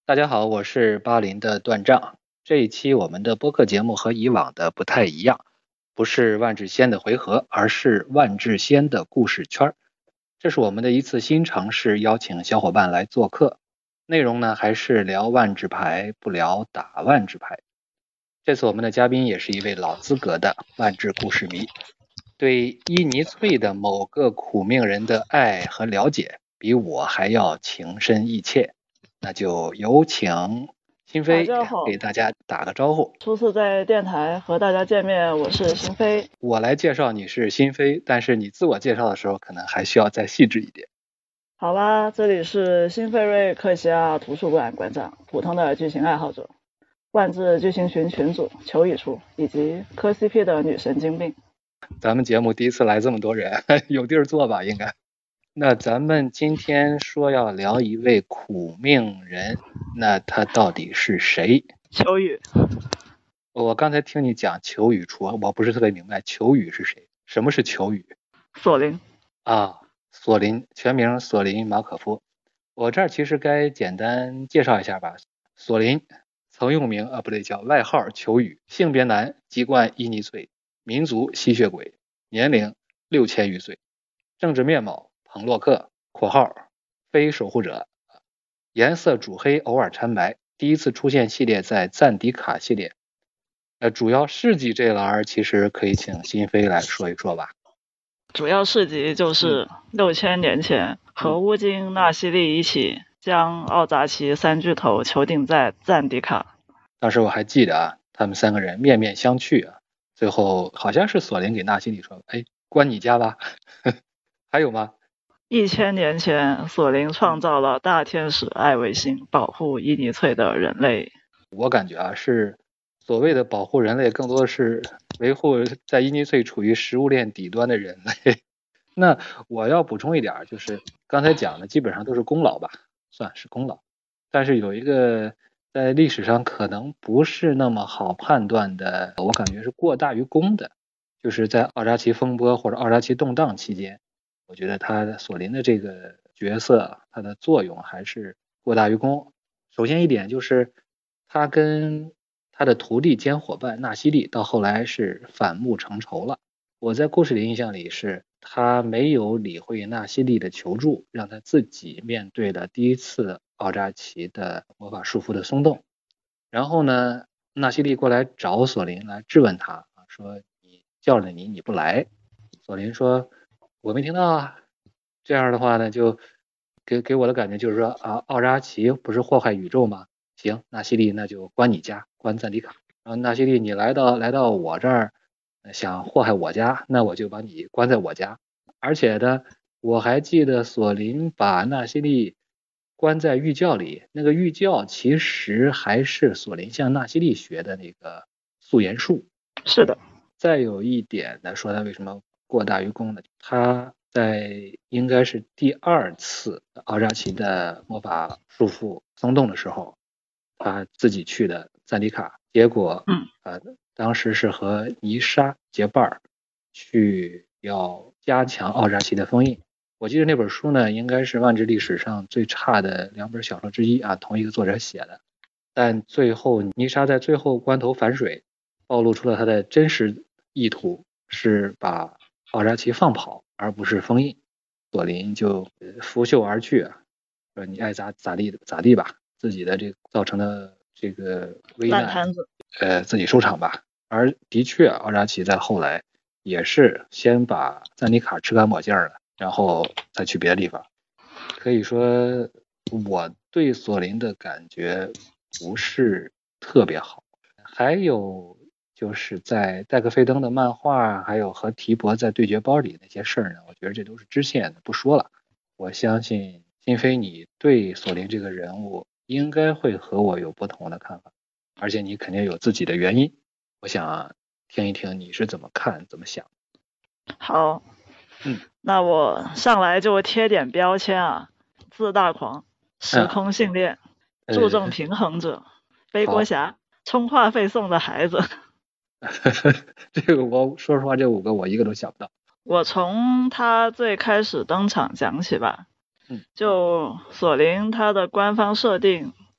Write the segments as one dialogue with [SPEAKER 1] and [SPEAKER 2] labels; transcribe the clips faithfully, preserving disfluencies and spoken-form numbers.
[SPEAKER 1] 大家好，我是巴林的段丈。这一期我们的播客节目和以往的不太一样，不是万智仙的回合，而是万智仙的故事圈。这是我们的一次新尝试，邀请小伙伴来做客。内容呢还是聊万智牌，不聊打万智牌。这次我们的嘉宾也是一位老资格的万智故事迷，对伊尼翠的某个苦命人的爱和了解，比我还要情深意切。那就有请新
[SPEAKER 2] 大
[SPEAKER 1] 飞
[SPEAKER 2] 家好，
[SPEAKER 1] 给大家打个招呼。
[SPEAKER 2] 初次在电台和大家见面，我是新飞。
[SPEAKER 1] 我来介绍你是新飞，但是你自我介绍的时候可能还需要再细致一点。
[SPEAKER 2] 好啦，这里是新菲瑞克西亚图书馆馆长，普通的剧情爱好者，万智剧情群群主求已出，以及磕 C P 的女神经病。
[SPEAKER 1] 咱们节目第一次来这么多人，有地儿坐吧应该。那咱们今天说要聊一位苦命人，那他到底是谁？
[SPEAKER 2] 求雨。
[SPEAKER 1] 我刚才听你讲求雨出，我不是特别明白求雨是谁？什么是求雨？
[SPEAKER 2] 索林。
[SPEAKER 1] 啊，索林，全名索林马可夫。我这儿其实该简单介绍一下吧。索林曾用名啊，不对，叫外号求雨，性别男，籍贯伊尼翠，民族吸血鬼，年龄六千余岁，政治面貌彭洛克（括号非守护者），颜色主黑，偶尔掺白。第一次出现系列在赞迪卡系列。呃，主要事迹这栏其实可以请新飞来说一说吧。
[SPEAKER 2] 主要事迹就是六千年前和乌金纳西利一起将奥扎奇三巨头囚禁在赞迪卡。
[SPEAKER 1] 当时我还记得啊，他们三个人面面相觑啊，最后好像是索林给纳西里说，哎，关你家吧。还有吗？
[SPEAKER 2] 一千年前，索林创造了大天使艾维星，保护伊尼翠的人类。
[SPEAKER 1] 我感觉啊，是所谓的保护人类，更多的是维护在伊尼翠处于食物链底端的人类。那我要补充一点，就是刚才讲的基本上都是功劳吧，算是功劳。但是有一个在历史上可能不是那么好判断的，我感觉是过大于功的，就是在奥扎奇风波或者奥扎奇动荡期间，我觉得他索林的这个角色，他的作用还是过大于功。首先一点就是他跟他的徒弟兼伙伴纳西利到后来是反目成仇了。我在故事里印象里是他没有理会纳西利的求助，让他自己面对了第一次奥扎奇的魔法束缚的松动。然后呢，纳西利过来找索林来质问他，说你叫了你你不来。索林说我没听到啊。这样的话呢，就给给我的感觉就是说啊，奥扎奇不是祸害宇宙吗？行，纳西利那就关你家，关赞迪卡。然后纳西利你来到来到我这儿想祸害我家，那我就把你关在我家。而且呢，我还记得索林把纳西利关在玉窖里，那个玉窖其实还是索林向纳西利学的那个素颜术。
[SPEAKER 2] 是的。
[SPEAKER 1] 再有一点呢，说他为什么过大于功呢？他在应该是第二次奥扎奇的魔法束缚松动的时候，他自己去的赞迪卡，结果
[SPEAKER 2] 嗯，
[SPEAKER 1] 呃，当时是和泥沙结伴去要加强奥扎奇的封印。我记得那本书呢，应该是万智历史上最差的两本小说之一啊，同一个作者写的。但最后泥沙在最后关头反水，暴露出了他的真实意图，是把奥扎奇放跑，而不是封印。索林就拂袖而去啊，说你爱咋咋地咋地吧，自己的这个造成的这个危难，
[SPEAKER 2] 烂摊子，
[SPEAKER 1] 呃，自己收场吧。而的确，奥扎奇在后来也是先把赞迪卡吃干抹净了，然后再去别的地方。可以说，我对索林的感觉不是特别好。还有就是在戴克菲登的漫画，还有和提伯在对决包里那些事儿呢，我觉得这都是支线的，不说了。我相信新飞你对索林这个人物应该会和我有不同的看法，而且你肯定有自己的原因。我想听一听你是怎么看怎么想。
[SPEAKER 2] 好，
[SPEAKER 1] 嗯，
[SPEAKER 2] 那我上来就贴点标签啊，自大狂、时空性恋、
[SPEAKER 1] 嗯、
[SPEAKER 2] 注重平衡者、背锅侠、充话费送的孩子。
[SPEAKER 1] 这个我说实话，这五个我一个都想不到。
[SPEAKER 2] 我从他最开始登场讲起吧。
[SPEAKER 1] 嗯，
[SPEAKER 2] 就索林他的官方设定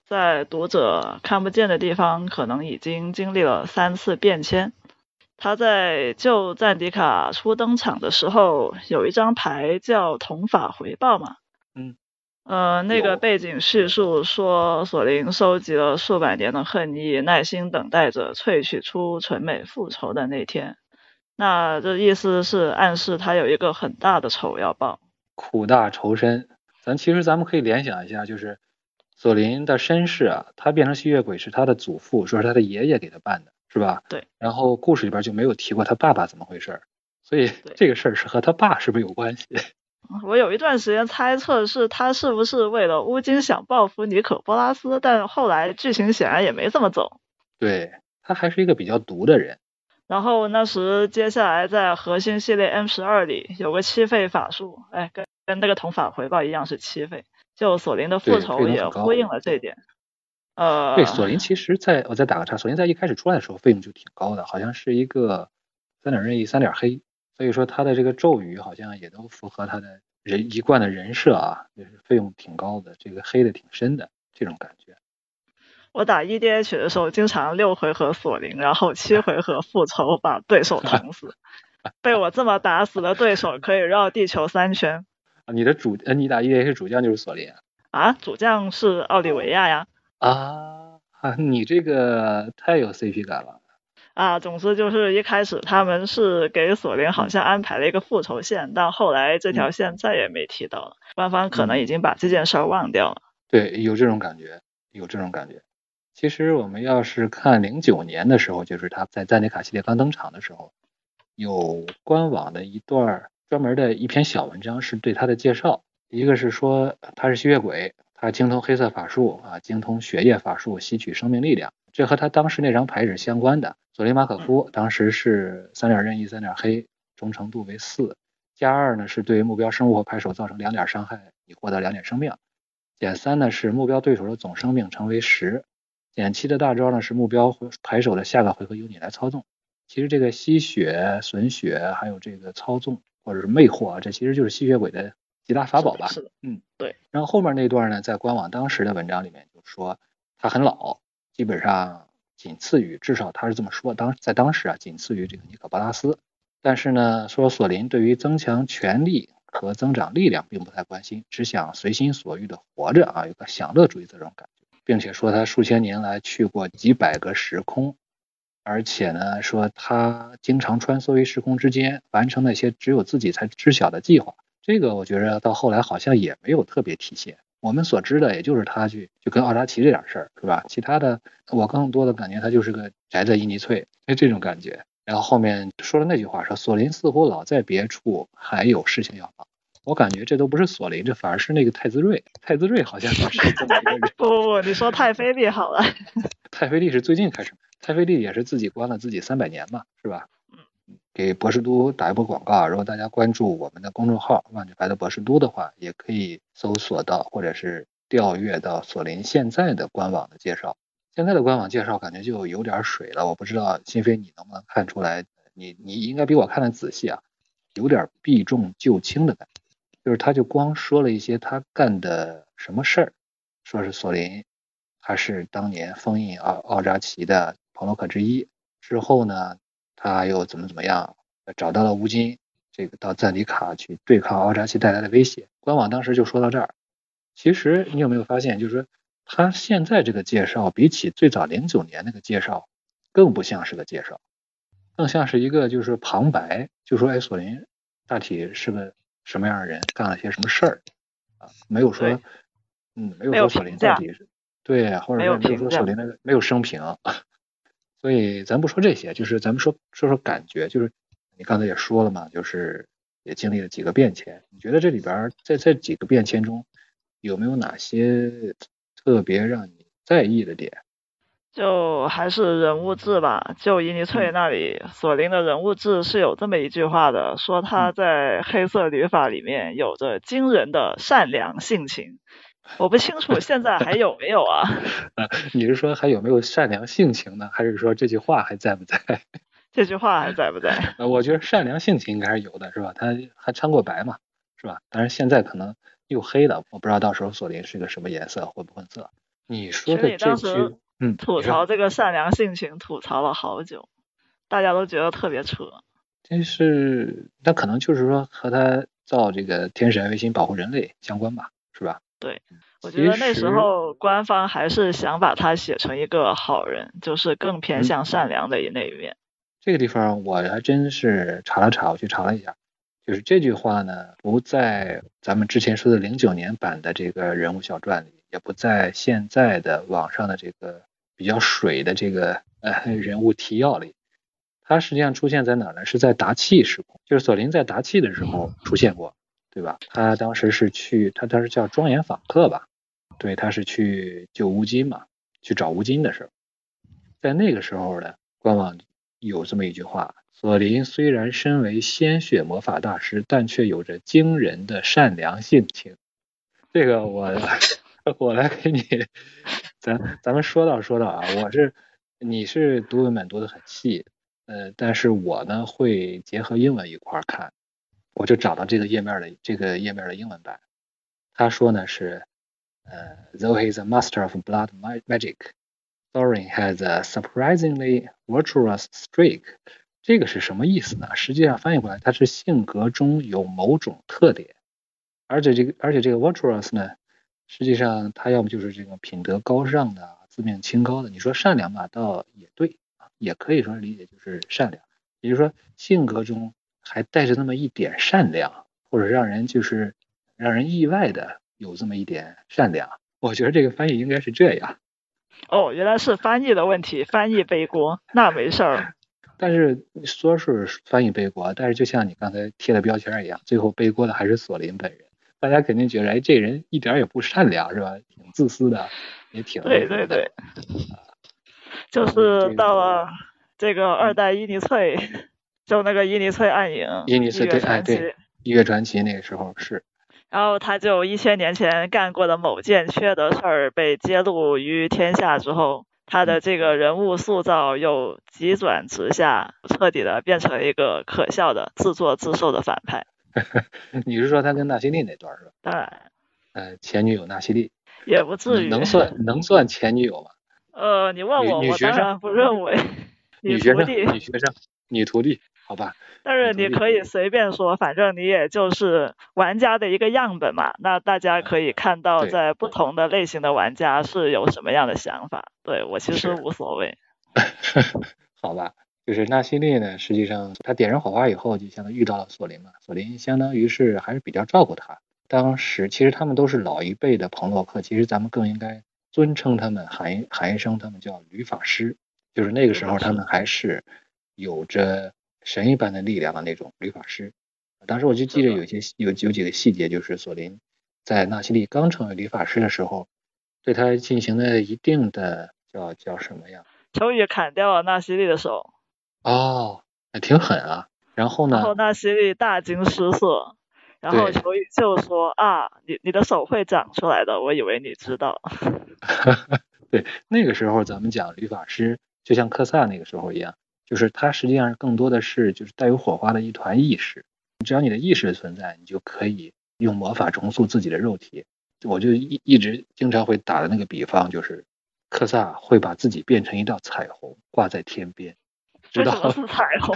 [SPEAKER 2] 在读者看不见的地方，可能已经经历了三次变迁。他在旧赞迪卡初登场的时候，有一张牌叫同法回报嘛。
[SPEAKER 1] 嗯，
[SPEAKER 2] 呃，那个背景叙述说，索林收集了数百年的恨意，耐心等待着萃取出纯美复仇的那天。那这意思是暗示他有一个很大的仇要报，
[SPEAKER 1] 苦大仇深。咱其实咱们可以联想一下，就是索林的身世啊，他变成吸血鬼是他的祖父，说是他的爷爷给他办的，是吧？
[SPEAKER 2] 对。
[SPEAKER 1] 然后故事里边就没有提过他爸爸怎么回事，所以这个事儿是和他爸是不是有关系？
[SPEAKER 2] 我有一段时间猜测是他是不是为了乌金想报复尼可波拉斯，但后来剧情显然也没这么走。
[SPEAKER 1] 对，他还是一个比较毒的人。
[SPEAKER 2] 然后那时接下来在核心系列 M 十二 里有个七费法术，哎，跟跟那个同法回报一样是七费，就索林的复仇也呼应了这一点。呃，
[SPEAKER 1] 对，索林其实在我再打个岔，索林在一开始出来的时候费用就挺高的，好像是一个三点任意三点黑，所以说他的这个咒语好像也都符合他的人一贯的人设啊，就是费用挺高的，这个黑的挺深的这种感觉。
[SPEAKER 2] 我打 E D H 的时候，经常六回合索林，然后七回合复仇把对手捅死。被我这么打死的对手可以绕地球三圈。
[SPEAKER 1] 你的主呃，你打 E D H 主将就是索林
[SPEAKER 2] 啊？主将是奥利维亚呀。
[SPEAKER 1] 啊啊，你这个太有 C P 感了。
[SPEAKER 2] 啊，总之就是一开始他们是给索林好像安排了一个复仇线，嗯、但后来这条线再也没提到了，嗯、官方可能已经把这件事儿忘掉了。
[SPEAKER 1] 对，有这种感觉，有这种感觉。其实我们要是看零九年的时候，就是他在赞迪卡系列刚登场的时候，有官网的一段专门的一篇小文章是对他的介绍，一个是说他是吸血鬼，他精通黑色法术啊，精通血液法术，吸取生命力量，这和他当时那张牌是相关的。索林马可夫当时是三点任意三点黑，忠诚度为四，加二呢是对目标生物或牌手造成两点伤害，你获得两点生命。减三呢是目标对手的总生命乘为十，减七的大招呢是目标牌手的下个回合由你来操纵。其实这个吸血、损血还有这个操纵或者是魅惑，这其实就是吸血鬼的几大法宝吧。
[SPEAKER 2] 是的，
[SPEAKER 1] 嗯，
[SPEAKER 2] 对。
[SPEAKER 1] 然后后面那段呢，在官网当时的文章里面就说他很老，基本上仅次于，至少他是这么说，当在当时啊仅次于这个尼可波拉斯。但是呢，说索林对于增强权力和增长力量并不太关心，只想随心所欲的活着啊，有个享乐主义这种感觉，并且说他数千年来去过几百个时空，而且呢说他经常穿梭于时空之间，完成那些只有自己才知晓的计划。这个我觉得到后来好像也没有特别体现，我们所知的也就是他去就跟奥扎奇这点事儿，是吧？其他的我更多的感觉他就是个宅在伊尼翠，这种感觉。然后后面说了那句话，说索林似乎老在别处，还有事情要忙。我感觉这都不是索林，这反而是那个太子睿。太子睿好像是这么一个人。
[SPEAKER 2] 不不不，你说太妃利好了。
[SPEAKER 1] 太妃利是最近开始，太妃利也是自己关了自己三百年嘛，是吧？给博士都打一波广告，如果大家关注我们的公众号“万智牌的博士都”的话，也可以搜索到或者是调阅到索林现在的官网的介绍。现在的官网介绍感觉就有点水了，我不知道新飞你能不能看出来，你你应该比我看的仔细啊，有点避重就轻的感觉，就是他就光说了一些他干的什么事儿，说是索林他是当年封印奥奥扎奇的朋洛克之一，之后呢他又怎么怎么样找到了乌金，这个到赞迪卡去对抗奥扎奇带来的威胁。官网当时就说到这儿。其实你有没有发现，就是说他现在这个介绍比起最早零九年那个介绍更不像是个介绍，更像是一个就是旁白，就说哎索林大体是个什么样的人，干了些什么事儿啊，没有说嗯没有说索林到底是对，或者说没有说索林的没有生平。所以咱不说这些，就是咱们说说说感觉，就是你刚才也说了嘛，就是也经历了几个变迁，你觉得这里边在这几个变迁中有没有哪些特别让你在意的点？
[SPEAKER 2] 就还是人物志吧，就伊尼翠那里，嗯、索林的人物志是有这么一句话的，说他在黑色旅法里面有着惊人的善良性情。我不清楚现在还有没有啊？
[SPEAKER 1] 你是说还有没有善良性情呢，还是说这句话还在不在？
[SPEAKER 2] 这句话还在不在？
[SPEAKER 1] 我觉得善良性情应该是有的，是吧？他还掺过白嘛，是吧？但是现在可能又黑了，我不知道到时候索林是个什么颜色，混不混色。 你
[SPEAKER 2] 其实你
[SPEAKER 1] 说的这
[SPEAKER 2] 当时
[SPEAKER 1] 句，嗯，
[SPEAKER 2] 吐
[SPEAKER 1] 你说。
[SPEAKER 2] 槽这个善良性情吐槽了好久，大家都觉得特别扯。
[SPEAKER 1] 但是那可能就是说和他造这个天使爱卫星保护人类相关吧，是吧？
[SPEAKER 2] 对，我觉
[SPEAKER 1] 其
[SPEAKER 2] 得那时
[SPEAKER 1] 实，
[SPEAKER 2] 候官方还是想把他写成一个好人，就是更偏
[SPEAKER 1] 嗯，
[SPEAKER 2] 向善良的一那一面。
[SPEAKER 1] 这个地方我还真是查了查，我去查了一下，就是这句话呢，不在咱们之前说的零九年版的这个人物小传里，也不在现在的网上的这个比较水的这个呃人物提要里。它实际上出现在哪儿呢？是在达契时空，就是索林在达契的时候出现过，对吧？他当时是去，他当时叫庄严访客吧？对，他是去救乌金嘛，去找乌金的时候，在那个时候呢，官网有这么一句话：索林虽然身为鲜血魔法大师，但却有着惊人的善良性情。这个我我来给你，咱咱们说道说道啊，我是你是读文本读得很细，呃，但是我呢会结合英文一块儿看，我就找到这个页面的这个页面的英文版。他说呢是，呃，though he is a master of blood magic, Thorin has a surprisingly virtuous streak。这个是什么意思呢？实际上翻译过来，他是性格中有某种特点。而且这个，而且这个 virtuous 呢，实际上它要么就是这种品德高尚的、自命清高的。你说善良吧，倒也对啊，也可以说理解就是善良，也就是说性格中还带着那么一点善良，或者让人就是让人意外的有这么一点善良。我觉得这个翻译应该是这样。
[SPEAKER 2] 哦，原来是翻译的问题，翻译背锅，那没事儿。
[SPEAKER 1] 但是说是翻译背锅，但是就像你刚才贴的标签一样，最后背锅的还是索林本人。大家肯定觉得，哎，这人一点也不善良，是吧？挺自私的，也挺那什么的。
[SPEAKER 2] 对对对，就是
[SPEAKER 1] 嗯，这个
[SPEAKER 2] 到了这个二
[SPEAKER 1] 嗯，
[SPEAKER 2] 代伊尼翠，就那个伊尼翠暗影一
[SPEAKER 1] 伊尼斯对，哎
[SPEAKER 2] 月传奇，
[SPEAKER 1] 对，一月传奇那个时候是，
[SPEAKER 2] 然后他就一千年前干过的某件缺德事儿被揭露于天下之后，他的
[SPEAKER 1] 嗯，
[SPEAKER 2] 这个人物塑造又急转直下，彻底的变成了一个可笑的自作自受的反派。
[SPEAKER 1] 你是说他跟纳西利那段是吧？
[SPEAKER 2] 当然
[SPEAKER 1] 呃，前女友纳西利，
[SPEAKER 2] 也不至于，
[SPEAKER 1] 能能算能算前女友吗？
[SPEAKER 2] 呃，你问
[SPEAKER 1] 女
[SPEAKER 2] 我，
[SPEAKER 1] 女学生，
[SPEAKER 2] 我当然不认为。女
[SPEAKER 1] 女学生，
[SPEAKER 2] 徒弟，
[SPEAKER 1] 女学生，女徒弟，好吧，
[SPEAKER 2] 但是你
[SPEAKER 1] 女徒弟，
[SPEAKER 2] 可以随便说，反正你也就是玩家的一个样本嘛。那大家可以看到，
[SPEAKER 1] 对，
[SPEAKER 2] 在不同的类型的玩家是有什么样的想法。对，我其实
[SPEAKER 1] 是。
[SPEAKER 2] 无所谓。
[SPEAKER 1] 好吧，就是纳西利呢，实际上他点燃火花以后，就相当于遇到了索林嘛。索林相当于是还是比较照顾他。当时其实他们都是老一辈的朋洛克，其实咱们更应该尊称他们，喊一喊一声他们叫吕法师。就是那个时候他们还是有着神一般的力量的那种吕法师。当时我就记得有些有有几个细节，就是索林在纳西利刚成为吕法师的时候，对他进行了一定的叫叫什么呀？
[SPEAKER 2] 秋雨砍掉了纳西利的手，
[SPEAKER 1] 哦，那挺狠啊。然后呢，
[SPEAKER 2] 然后纳西利大惊失色，然后
[SPEAKER 1] 对，
[SPEAKER 2] 秋雨就说啊，你你的手会长出来的，我以为你知道。
[SPEAKER 1] 对，那个时候咱们讲律法师，就像科萨那个时候一样，就是他实际上更多的是就是带有火花的一团意识。只要你的意识存在，你就可以用魔法重塑自己的肉体。我就一一直经常会打的那个比方，就是科萨会把自己变成一道彩虹挂在天边，直到
[SPEAKER 2] 为什么是彩虹？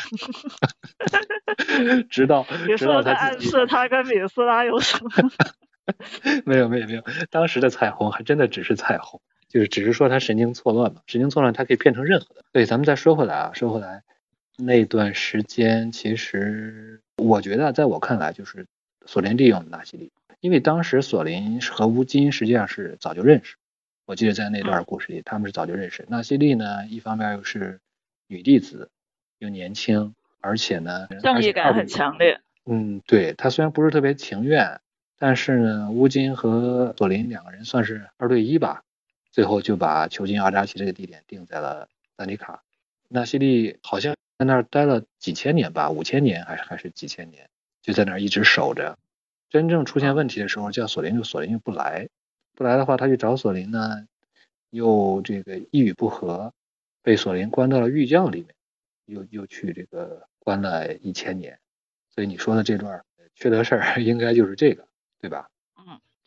[SPEAKER 1] 直到
[SPEAKER 2] 你是不
[SPEAKER 1] 直到
[SPEAKER 2] 是在暗
[SPEAKER 1] 他自己
[SPEAKER 2] 示他跟米斯拉有什么？
[SPEAKER 1] 没有没有没有，当时的彩虹还真的只是彩虹，就是只是说他神经错乱嘛，神经错乱它可以变成任何的。对，咱们再说回来啊，说回来那段时间，其实我觉得在我看来就是索林利用纳西利，因为当时索林和乌金实际上是早就认识，我记得在那段故事里他们是早就认识。纳西利呢，一方面又是女弟子，又年轻，而且呢，
[SPEAKER 2] 正义感很强烈。
[SPEAKER 1] 嗯，对，他虽然不是特别情愿。但是呢，乌金和索林两个人算是二对一吧，最后就把囚禁阿扎奇这个地点定在了丹尼卡。纳西利好像在那儿待了几千年吧，五千年还是还是几千年，就在那儿一直守着。真正出现问题的时候，叫索林，就索林又不来，不来的话，他去找索林呢，又这个一语不合，被索林关到了狱窖里面，又又去这个关了一千年。所以你说的这段缺德事儿，应该就是这个。对吧？
[SPEAKER 2] 嗯，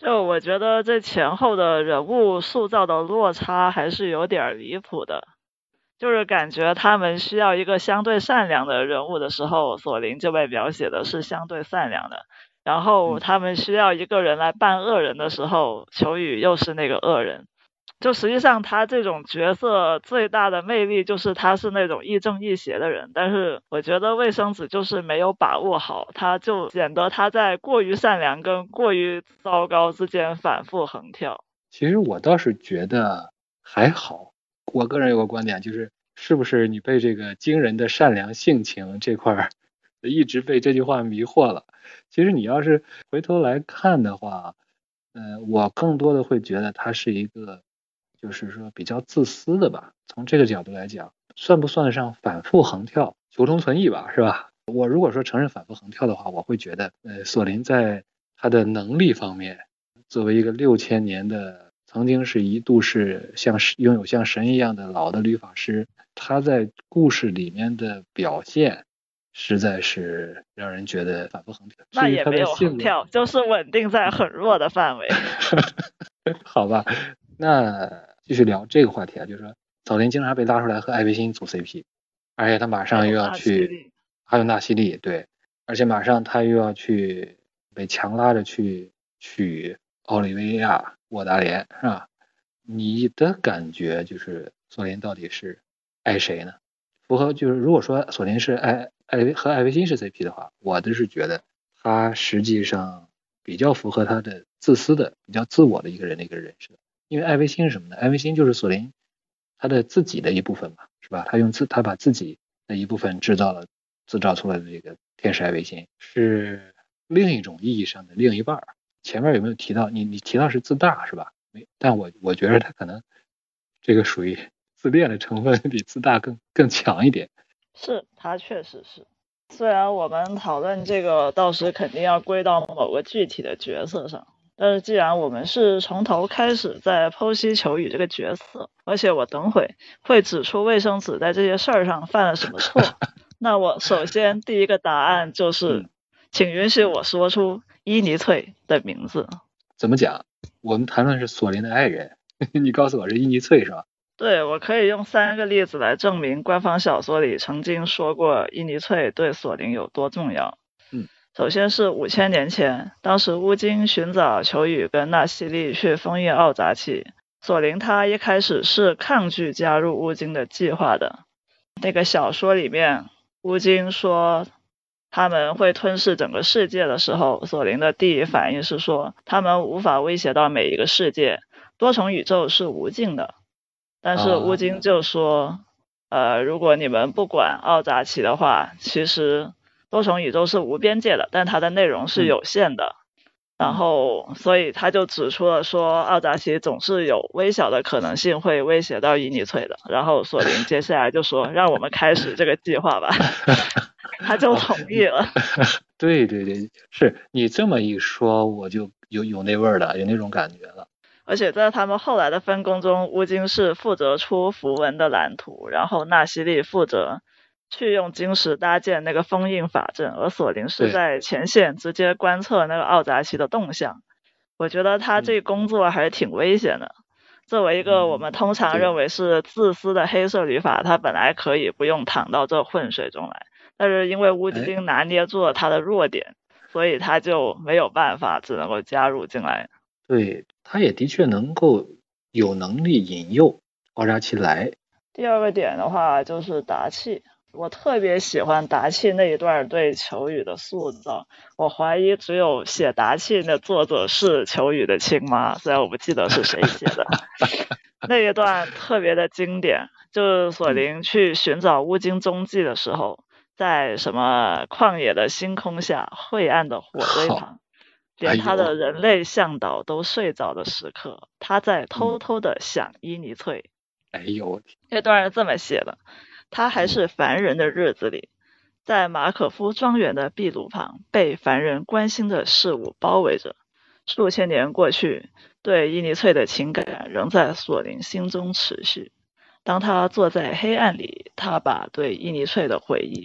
[SPEAKER 2] 就我觉得这前后的人物塑造的落差还是有点离谱的，就是感觉他们需要一个相对善良的人物的时候，索林就被描写的是相对善良的，然后他们需要一个人来扮恶人的时候，求雨又是那个恶人。就实际上他这种角色最大的魅力就是他是那种亦正亦邪的人，但是我觉得卫生子就是没有把握好，他就显得他在过于善良跟过于糟糕之间反复横跳。
[SPEAKER 1] 其实我倒是觉得还好，我个人有个观点，就是是不是你被这个惊人的善良性情这块一直被这句话迷惑了。其实你要是回头来看的话，呃，我更多的会觉得他是一个就是说比较自私的吧，从这个角度来讲，算不算得上反复横跳，求同存异吧，是吧？我如果说承认反复横跳的话，我会觉得呃，索林在他的能力方面，作为一个六千年的曾经是一度是像拥有像神一样的老的律法师，他在故事里面的表现实在是让人觉得反复横跳。至于他
[SPEAKER 2] 那也没有
[SPEAKER 1] 的性格，
[SPEAKER 2] 横跳，就是稳定在很弱的范围。
[SPEAKER 1] 好吧，那继续聊这个话题啊，就是说索林经常被拉出来和艾维辛组 C P， 而且他马上又要去，还有纳西利，对，而且马上他又要去被强拉着去娶奥利维亚沃达连，是吧？你的感觉就是索林到底是爱谁呢？符合就是如果说索林是爱爱和艾维辛是 C P 的话，我的是觉得他实际上比较符合他的自私的、比较自我的一个人的一个人设。因为艾维辛是什么呢？艾维辛就是索林他的自己的一部分嘛，是吧？他用自他把自己的一部分制造了、制造出来的这个天使艾维辛，是另一种意义上的另一半。前面有没有提到？你你提到是自大是吧？没，但我我觉得他可能这个属于自恋的成分比自大更更强一点。
[SPEAKER 2] 是，他确实是。虽然我们讨论这个到时肯定要归到某个具体的角色上，但是既然我们是从头开始在剖析求雨这个角色，而且我等会会指出卫生子在这些事儿上犯了什么错，那我首先第一个答案就是、嗯、请允许我说出伊尼翠的名字。
[SPEAKER 1] 怎么讲？我们谈论是索林的爱人，你告诉我是伊尼翠是吧？
[SPEAKER 2] 对，我可以用三个例子来证明官方小说里曾经说过伊尼翠对索林有多重要。
[SPEAKER 1] 嗯，
[SPEAKER 2] 首先是五千年前，当时乌金寻找求雨跟纳西利去封印奥扎奇，索林他一开始是抗拒加入乌金的计划的。那个小说里面，乌金说他们会吞噬整个世界的时候，索林的第一反应是说他们无法威胁到每一个世界，多重宇宙是无尽的。但是乌金就说、啊、呃，如果你们不管奥扎奇的话，其实多重宇宙是无边界的，但它的内容是有限的、嗯、然后所以他就指出了说奥扎奇总是有微小的可能性会威胁到伊尼翠的，然后索林接下来就说让我们开始这个计划吧他就同意了
[SPEAKER 1] 对对对，是你这么一说我就有有那味儿了，有那种感觉了。
[SPEAKER 2] 而且在他们后来的分工中，乌金是负责出符文的蓝图，然后纳西利负责去用晶石搭建那个封印法阵，而索林是在前线直接观测那个奥扎奇的动向。我觉得他这工作还是挺危险的、嗯、作为一个我们通常认为是自私的黑色旅法，他本来可以不用淌到这浑水中来，但是因为乌金拿捏住了他的弱点，所以他就没有办法，只能够加入进来。
[SPEAKER 1] 对，他也的确能够有能力引诱奥扎奇来。
[SPEAKER 2] 第二个点的话就是达契，我特别喜欢达契那一段对求雨的塑造，我怀疑只有写达契的作者是求雨的亲妈，虽然我不记得是谁写的那一段特别的经典，就是索林去寻找乌金踪迹的时候、嗯、在什么旷野的星空下晦暗的火堆旁，连他的人类向导都睡着的时刻、哎、他在偷偷的想伊尼翠。
[SPEAKER 1] 哎呦，
[SPEAKER 2] 这段是这么写的，他还是凡人的日子里，在马可夫庄园的壁炉旁，被凡人关心的事物包围着。数千年过去，对伊尼翠的情感仍在索林心中持续。当他坐在黑暗里，他把对伊尼翠的回忆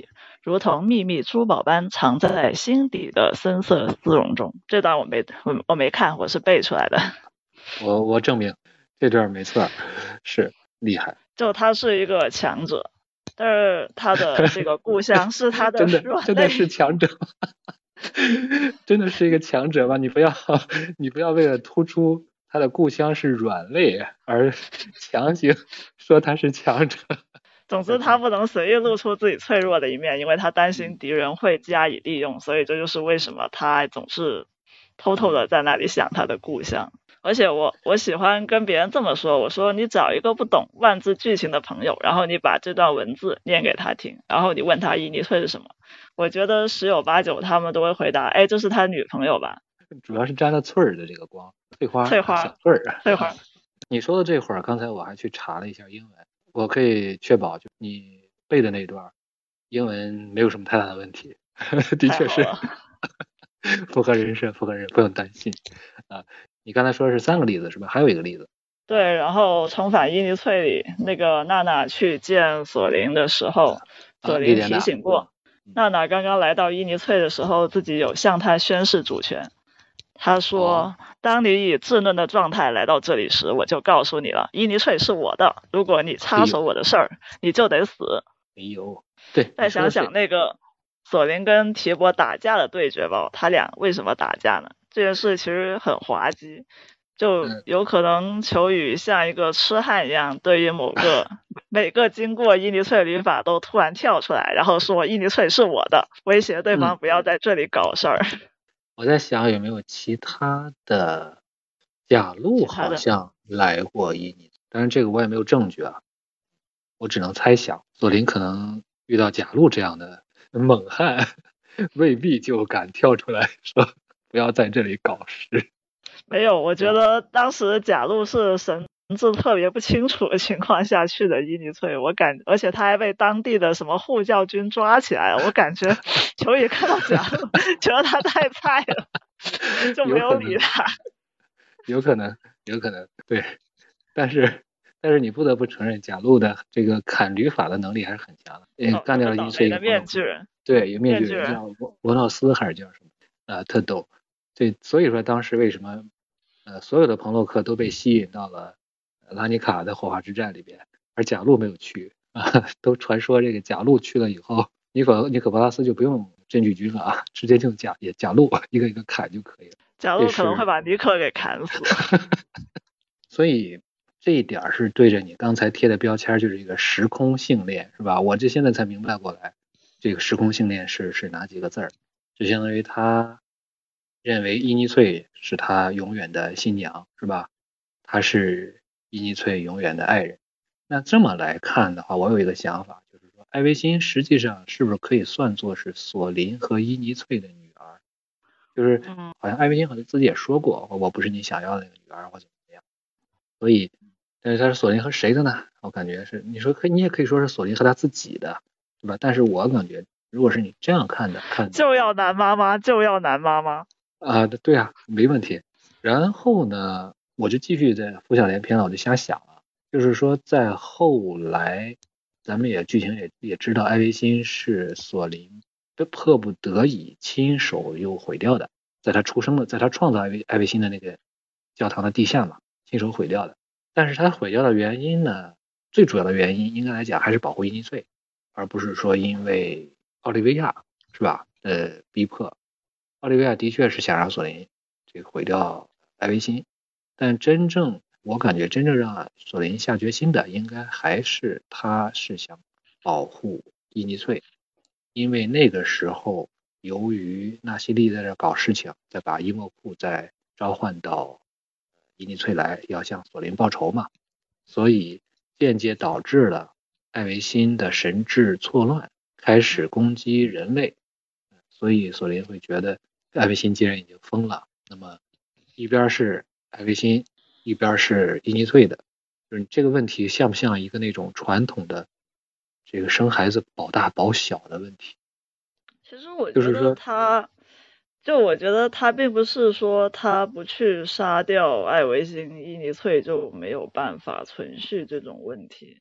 [SPEAKER 2] 如同秘密珠宝般藏在心底的深色丝绒中。这段我没我我没看，我是背出来的。
[SPEAKER 1] 我我证明这段没错，是厉害。
[SPEAKER 2] 就他是一个强者，但是他的这个故乡是他的
[SPEAKER 1] 真的
[SPEAKER 2] 软
[SPEAKER 1] 真的是
[SPEAKER 2] 肋。
[SPEAKER 1] 强者，真的是一个强者吗？你不要你不要为了突出他的故乡是软肋而强行说他是强者。
[SPEAKER 2] 总之他不能随意露出自己脆弱的一面，因为他担心敌人会加以利用，所以这就是为什么他总是偷偷的在那里想他的故乡。而且我我喜欢跟别人这么说，我说你找一个不懂万字剧情的朋友，然后你把这段文字念给他听，然后你问他伊尼翠是什么，我觉得十有八九他们都会回答，哎，这是他女朋友吧。
[SPEAKER 1] 主要是沾了翠儿的这个光，翠花
[SPEAKER 2] 翠花
[SPEAKER 1] 小翠儿。
[SPEAKER 2] 翠花
[SPEAKER 1] 你说的这会儿，刚才我还去查了一下英文，我可以确保就你背的那段英文没有什么太大的问题。的确是符合人设，符合人，不用担心啊。你刚才说的是三个例子是吧？还有一个例子。
[SPEAKER 2] 对，然后重返伊尼翠里，那个娜娜去见索林的时候，索林提醒过、啊、娜娜刚刚来到伊尼翠的时候，自己有向她宣示主权。他说、哦、当你以稚嫩的状态来到这里时，我就告诉你了，伊尼翠是我的，如果你插手我的事儿、哎、你就得死。
[SPEAKER 1] 哎呦，对。
[SPEAKER 2] 再想想那个索林跟提伯打架的对决吧，他俩为什么打架呢？这件事其实很滑稽，就有可能求雨像一个痴汉一样，对于某个每个经过伊尼翠旅法都突然跳出来，然后说伊尼翠是我的，威胁对方不要在这里搞事儿、嗯。
[SPEAKER 1] 我在想有没有其他的，贾路好像来过伊尼，当然这个我也没有证据啊，我只能猜想，索林可能遇到贾路这样的猛汉，未必就敢跳出来说不要在这里搞事。
[SPEAKER 2] 没有，我觉得当时贾路是神志特别不清楚的情况下去的伊尼翠，我感而且他还被当地的什么护教军抓起来了，我感觉球爷看到贾路觉得他太菜了，就没有理他。
[SPEAKER 1] 有可能，有可能，对，但是但是你不得不承认贾路的这个砍驴法的能力还是很强的，因为干掉了伊尼翠以后，
[SPEAKER 2] 面具人，
[SPEAKER 1] 对，有面具人叫罗诺斯还是叫什么啊、呃，特逗。对，所以说当时为什么呃所有的朋洛克都被吸引到了拉尼卡的火花之战里边，而贾路没有去啊？都传说这个贾路去了以后，尼可尼可波拉斯就不用真举军了啊，直接就贾也贾路一个一个砍就可以了。
[SPEAKER 2] 贾路可能会把尼可给砍死。
[SPEAKER 1] 所以这一点是对着你刚才贴的标签，就是一个时空性恋，是吧？我这现在才明白过来，这个时空性恋是是哪几个字儿？就相当于他认为伊尼翠是他永远的新娘，是吧？他是伊尼翠永远的爱人。那这么来看的话，我有一个想法，就是说艾维辛实际上是不是可以算作是索林和伊尼翠的女儿？就是好像艾维辛好像自己也说过，我不是你想要的那个女儿，或怎么样。所以，但是他是索林和谁的呢？我感觉是，你说可以，你也可以说是索林和他自己的，对吧？但是我感觉，如果是你这样看的，看
[SPEAKER 2] 就要男妈妈，就要男妈妈
[SPEAKER 1] 啊、呃，对啊，没问题。然后呢，我就继续在浮想联翩了，我就瞎想了，就是说在后来，咱们也剧情也也知道，艾维辛是索林的迫不得已亲手又毁掉的，在他出生的，在他创造艾维艾维辛的那个教堂的地下嘛。亲手毁掉的，但是他毁掉的原因呢，最主要的原因应该来讲还是保护伊尼翠，而不是说因为奥利维亚是吧？呃，逼迫。奥利维亚的确是想让索林这个毁掉艾维辛，但真正我感觉真正让索林下决心的，应该还是他是想保护伊尼翠，因为那个时候由于纳西利在这搞事情，再把伊莫库再召唤到伊尼翠来要向索林报仇嘛，所以间接导致了艾维辛的神智错乱，开始攻击人类，所以索林会觉得艾维辛既然已经疯了，那么一边是艾维辛，一边是伊尼翠的，就是这个问题像不像一个那种传统的这个生孩子保大保小的问题？
[SPEAKER 2] 其实我觉得他。就我觉得他并不是说他不去杀掉艾维辛伊尼翠就没有办法存续这种问题，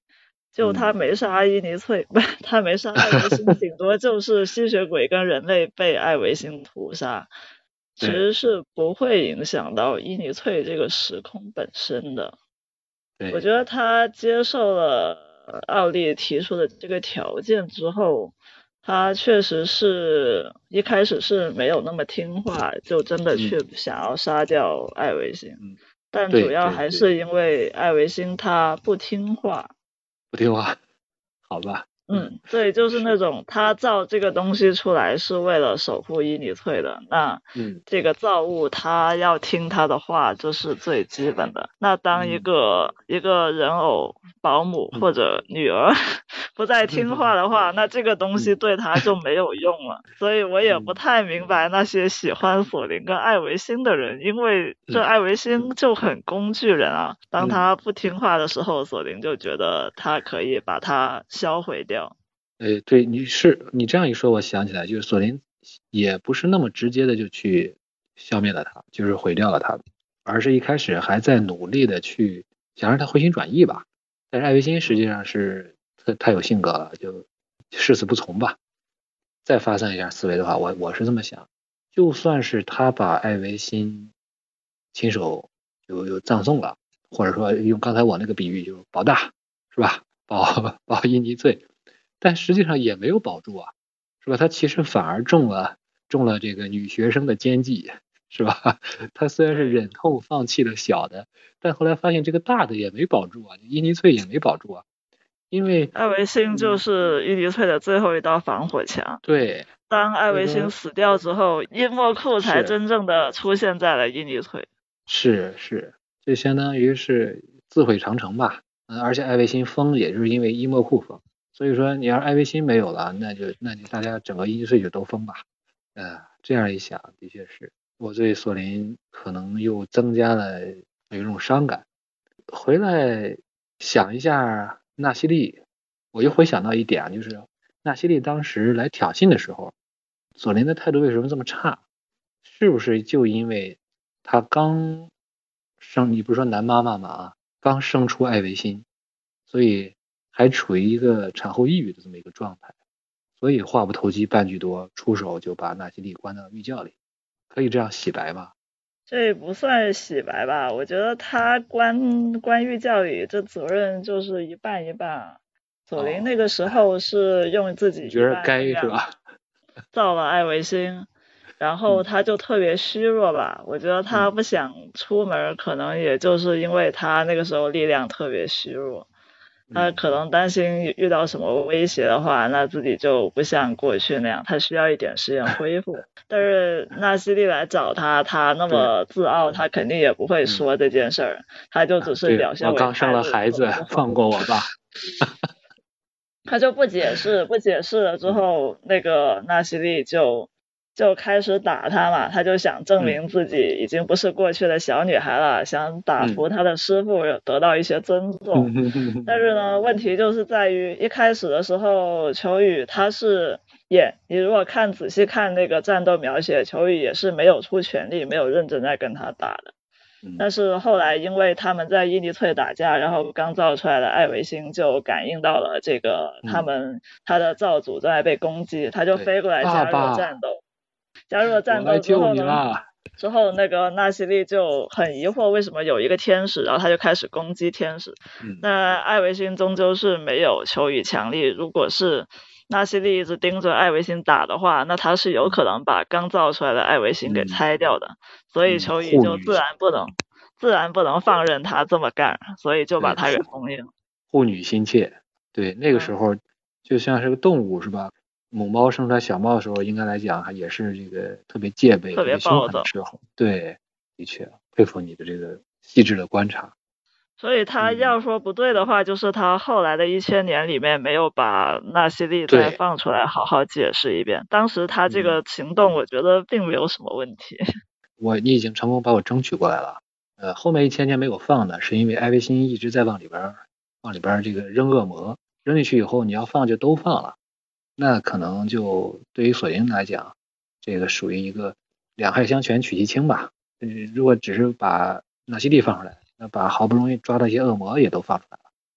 [SPEAKER 2] 就他没杀伊尼翠，不，他没杀艾维辛，顶多就是吸血鬼跟人类被艾维辛屠杀，其实是不会影响到伊尼翠这个时空本身的。我觉得他接受了奥利提出的这个条件之后，他确实是一开始是没有那么听话，就真的去想要杀掉艾维辛，
[SPEAKER 1] 嗯、
[SPEAKER 2] 但主要还是因为艾维辛他不听话。
[SPEAKER 1] 不听话，好吧。
[SPEAKER 2] 嗯，对，就是那种他造这个东西出来是为了守护伊尼翠的，那这个造物他要听他的话，这是最基本的。那当一个、嗯、一个人偶保姆或者女儿、嗯、不再听话的话，那这个东西对他就没有用了。所以我也不太明白那些喜欢索林跟艾维辛的人，因为这艾维辛就很工具人啊，当他不听话的时候，索林就觉得他可以把他销毁掉。
[SPEAKER 1] 呃，对，你是你这样一说，我想起来，就是索林也不是那么直接的就去消灭了他，就是毁掉了他，而是一开始还在努力的去想让他回心转意吧。但是艾维辛实际上是他太有性格了，就誓死不从吧。再发散一下思维的话，我我是这么想，就算是他把艾维辛亲手就就葬送了，或者说用刚才我那个比喻，就是保大是吧，保保伊尼翠。但实际上也没有保住啊，是吧？他其实反而中了中了这个女学生的奸计，是吧？他虽然是忍痛放弃了小的，但后来发现这个大的也没保住啊，伊尼翠也没保住啊，因为
[SPEAKER 2] 艾维辛就是伊尼翠的最后一道防火墙。
[SPEAKER 1] 对，
[SPEAKER 2] 当艾维辛死掉之后，伊莫库才真正的出现在了伊尼翠。
[SPEAKER 1] 是是，就相当于是自毁长城吧。嗯，而且艾维辛疯也就是因为伊莫库疯。所以说，你要是艾维辛没有了，那就那就大家整个伊尼翠就都疯吧。呃，这样一想，的确是我对索林可能又增加了有一种伤感。回来想一下纳西利，我又回想到一点，就是纳西利当时来挑衅的时候，索林的态度为什么这么差？是不是就因为他刚生，你不是说男妈妈吗？啊，刚生出艾维辛，所以还处于一个产后抑郁的这么一个状态，所以话不投机半句多，出手就把纳西利关到狱窖里，可以这样洗白吗？
[SPEAKER 2] 这不算洗白吧，我觉得他关关狱窖里这责任就是一半一半。索林那个时候是用自己
[SPEAKER 1] 觉得该是吧？
[SPEAKER 2] 造了艾维辛，然后他就特别虚弱吧，我觉得他不想出门，可能也就是因为他那个时候力量特别虚弱。他可能担心遇到什么威胁的话，那自己就不像过去那样，他需要一点时间恢复。但是纳西利来找他，他那么自傲，他肯定也不会说这件事儿，他就只是表现为
[SPEAKER 1] 我刚生了孩子，放过我吧。
[SPEAKER 2] 他就不解释，不解释了之后，那个纳西利就就开始打他嘛，他就想证明自己已经不是过去的小女孩了，想打服他的师傅，得到一些尊重。但是呢，问题就是在于一开始的时候，球羽他是也，你如果看仔细看那个战斗描写，球羽也是没有出全力，没有认真在跟他打的。但是后来因为他们在伊尼翠打架，然后刚造出来的艾维辛就感应到了这个他们、嗯、他的造主正在被攻击，他就飞过来加入了战斗。加入了战斗之后呢，之后那个纳西利就很疑惑为什么有一个天使，然后他就开始攻击天使。嗯、那艾维辛终究是没有球羽强力，如果是纳西利一直盯着艾维辛打的话，那他是有可能把刚造出来的艾维辛给拆掉的，嗯、所以球羽就自然不能、嗯、自然不能放任他这么干，所以就把他给封印了。
[SPEAKER 1] 护女心切，对，那个时候就像是个动物、嗯、是吧？母猫生出来小猫的时候，应该来讲也是这个特别戒备、
[SPEAKER 2] 特别
[SPEAKER 1] 凶狠的时候。对，的确佩服你的这个细致的观察。
[SPEAKER 2] 所以他要说不对的话，嗯、就是他后来的一千年里面没有把纳西利再放出来好好解释一遍。当时他这个行动，我觉得并没有什么问题。嗯、
[SPEAKER 1] 我你已经成功把我争取过来了。呃，后面一千年没有放的，是因为艾维辛一直在往里边往里边这个扔恶魔，扔进去以后你要放就都放了，那可能就对于索林来讲，这个属于一个两害相权取其轻吧。呃，如果只是把纳西利放出来，那把好不容易抓到一些恶魔也都放出来了，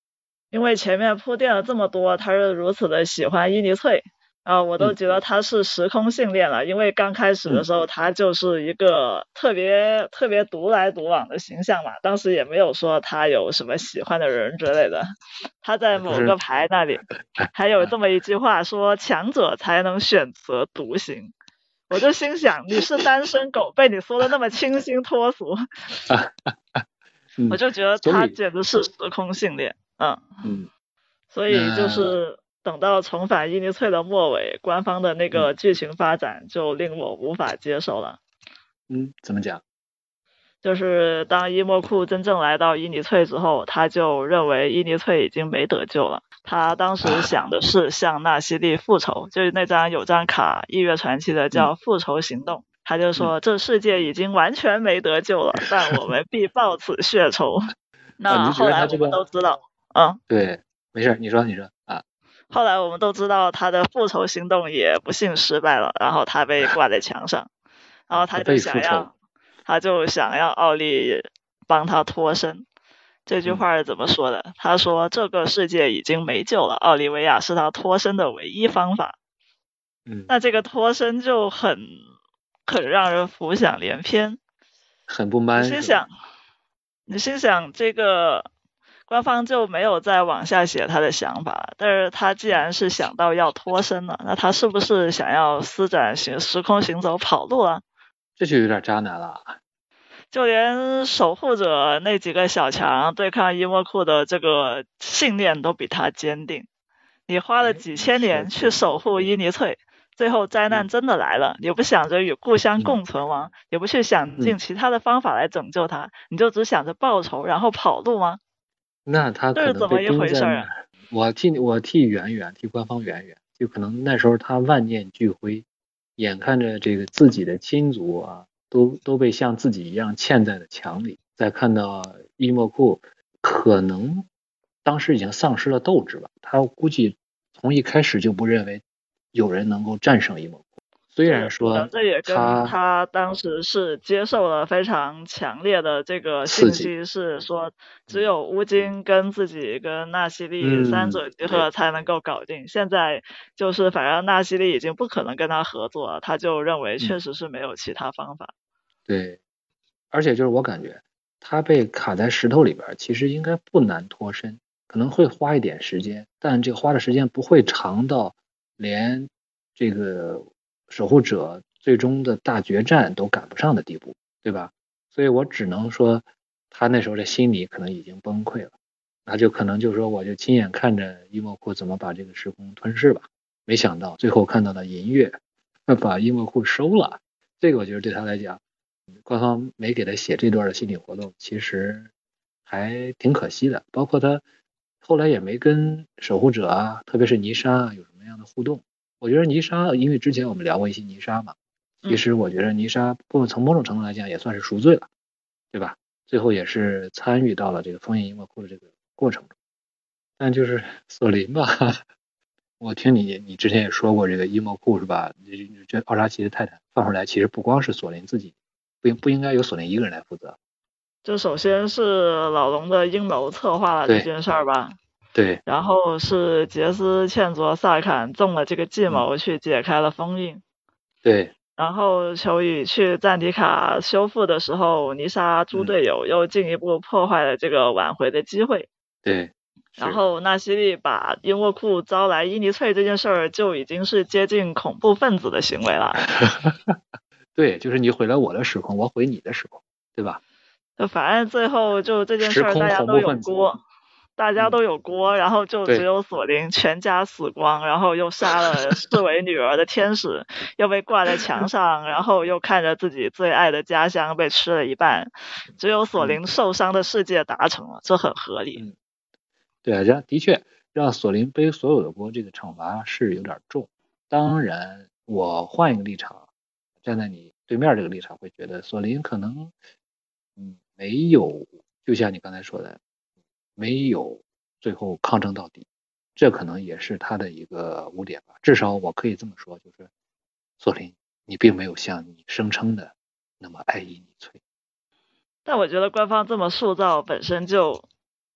[SPEAKER 2] 因为前面铺垫了这么多，他是如此的喜欢伊尼翠。啊，我都
[SPEAKER 1] 嗯
[SPEAKER 2] 觉得他是时空性恋了，因为刚开始的
[SPEAKER 1] 嗯
[SPEAKER 2] 时候他就是一个特别特别独来独往的形象嘛，当时也没有说他有什么喜欢的人之类的。他在某个
[SPEAKER 1] 就是
[SPEAKER 2] 牌那里还有这么一句话说强者才能选择独行，我就心想你是单身狗，被你说的那么清新脱俗，
[SPEAKER 1] 啊
[SPEAKER 2] 我
[SPEAKER 1] 嗯，
[SPEAKER 2] 就觉得
[SPEAKER 1] 所以
[SPEAKER 2] 他简直是时空性恋。嗯，
[SPEAKER 1] 嗯
[SPEAKER 2] 所以就
[SPEAKER 1] 那
[SPEAKER 2] 是等到重返伊尼翠的末尾，官方的那
[SPEAKER 1] 嗯
[SPEAKER 2] 个剧情发展就令我无法接受了。
[SPEAKER 1] 嗯怎么讲？
[SPEAKER 2] 就是当伊莫库真正来到伊尼翠之后，他就认为伊尼翠已经没得救了。他当时想的是向纳西利复仇，就是那张有张卡，《异月传奇》的
[SPEAKER 1] 嗯
[SPEAKER 2] 叫复仇行动。他就
[SPEAKER 1] 嗯
[SPEAKER 2] 说这世界已经完全没得救了，但我们必报此血仇。
[SPEAKER 1] 啊，你
[SPEAKER 2] 那
[SPEAKER 1] 就觉
[SPEAKER 2] 后来我们
[SPEAKER 1] 得他这个
[SPEAKER 2] 都知道，嗯，
[SPEAKER 1] 对，没事，你说你说啊，
[SPEAKER 2] 后来我们都知道他的复仇行动也不幸失败了，然后他被挂在墙上，然后
[SPEAKER 1] 啊，他
[SPEAKER 2] 他就
[SPEAKER 1] 被复仇，
[SPEAKER 2] 想要，他就想要奥利帮他脱身。这句
[SPEAKER 1] 嗯
[SPEAKER 2] 话是怎么说的？他说这个世界已经没救了，奥利维亚是他脱身的唯一方法。
[SPEAKER 1] 嗯，
[SPEAKER 2] 那这个脱身就很很让人浮想联翩。
[SPEAKER 1] 很不
[SPEAKER 2] 你
[SPEAKER 1] man 是吧？
[SPEAKER 2] 心想，你心想这个官方就没有再往下写他的想法，但是他既然是想到要脱身了，那他是不是想要施展行时空行走跑路啊？
[SPEAKER 1] 这就有点渣男了。
[SPEAKER 2] 就连守护者那几个小强对抗伊莫库的这个信念都比他坚定。你花了
[SPEAKER 1] 哎，
[SPEAKER 2] 几
[SPEAKER 1] 你说
[SPEAKER 2] 千年去
[SPEAKER 1] 这个，
[SPEAKER 2] 守护伊尼翠，最后灾难
[SPEAKER 1] 嗯
[SPEAKER 2] 真的来了，你不想着与故乡
[SPEAKER 1] 嗯
[SPEAKER 2] 共存亡，也不去想尽
[SPEAKER 1] 嗯，
[SPEAKER 2] 其他的方法来拯救他，你就只想着报仇然后跑路吗？
[SPEAKER 1] 那他可能被
[SPEAKER 2] 这是怎么一
[SPEAKER 1] 钉在那儿。
[SPEAKER 2] 回事啊？
[SPEAKER 1] 我替我替圆圆替官方圆圆，就可能那时候他万念俱灰，眼看着这个自己的亲族啊，都都被像自己一样嵌在了墙里，再看到伊莫库，可能当时已经丧失了斗志吧。他估计从一开始就不认为有人能够战胜伊莫库。虽
[SPEAKER 2] 这也是的，
[SPEAKER 1] 然说
[SPEAKER 2] 这也跟
[SPEAKER 1] 他
[SPEAKER 2] 他当时是接受了非常强烈的这个
[SPEAKER 1] 刺激，
[SPEAKER 2] 信息，是说只
[SPEAKER 1] 嗯
[SPEAKER 2] 有乌金跟自己跟纳西利三
[SPEAKER 1] 嗯，
[SPEAKER 2] 者结合
[SPEAKER 1] 对
[SPEAKER 2] 才能够搞定。现在就是反正纳西利已经不可能跟他合作了，他就认为
[SPEAKER 1] 嗯
[SPEAKER 2] 确实是没有其他方法。
[SPEAKER 1] 对，而且就是我感觉他被卡在石头里边，其实应该不难脱身，可能会花一点时间，但这个花的时间不会长到连这个守护者最终的大决战都赶不上的地步，对吧？所以我只能说，他那时候的心理可能已经崩溃了，那就可能就是说，我就亲眼看着伊莫库怎么把这个时空吞噬吧。没想到最后看到了银月，把伊莫库收了，这个我觉得对他来讲。官方没给他写这段的心理活动，其实还挺可惜的。包括他后来也没跟守护者啊，特别是泥沙啊有什么样的互动。我觉得泥沙，因为之前我们聊过一些泥沙嘛，其
[SPEAKER 2] 嗯，
[SPEAKER 1] 实我觉得泥沙不从某种程度来讲也算是赎罪了，对吧？最后也是参与到了这个封印银幕库的这个过程中。但就是索林吧，我听你你之前也说过这个阴谋库是吧？这这奥扎奇的泰坦放出来，其实不光是索林自己，不应不应该由索林一个人来负责。
[SPEAKER 2] 就首先是老龙的阴谋策划了这
[SPEAKER 1] 对
[SPEAKER 2] 件事儿吧，
[SPEAKER 1] 对，
[SPEAKER 2] 然后是杰斯欠着萨坎中了这个计
[SPEAKER 1] 嗯
[SPEAKER 2] 谋去解开了封印。
[SPEAKER 1] 对，
[SPEAKER 2] 然后球羽去赞迪卡修复的时候，泥沙猪
[SPEAKER 1] 嗯
[SPEAKER 2] 队友又进一步破坏了这个挽回的机会。
[SPEAKER 1] 对，是，
[SPEAKER 2] 然后纳西利把伊沃库招来伊尼翠这件事儿，就已经是接近恐怖分子的行为了。
[SPEAKER 1] 对，就是你毁了我的时空，我毁你的时空，对吧？
[SPEAKER 2] 就反正最后就这件事儿，
[SPEAKER 1] 时空
[SPEAKER 2] 大家都
[SPEAKER 1] 恐怖分子，
[SPEAKER 2] 有锅。大家
[SPEAKER 1] 嗯，
[SPEAKER 2] 都有锅，然后就只
[SPEAKER 1] 对，
[SPEAKER 2] 有索林全家死光，然后又杀了视为女儿的天使，又被挂在墙上，然后又看着自己最爱的家乡被吃了一半，只有索
[SPEAKER 1] 嗯
[SPEAKER 2] 林受伤的世界达成了，这很合理。
[SPEAKER 1] 嗯，对啊，让的确让索林背所有的锅，这个惩罚是有点重。当然，我换一个立场，站在你对面这个立场，会觉得索林可能，嗯，没有，就像你刚才说的，没有最后抗争到底，这可能也是他的一个污点吧。至少我可以这么说，就是索林，你并没有像你声称的那么爱伊尼翠。
[SPEAKER 2] 但我觉得官方这么塑造本身就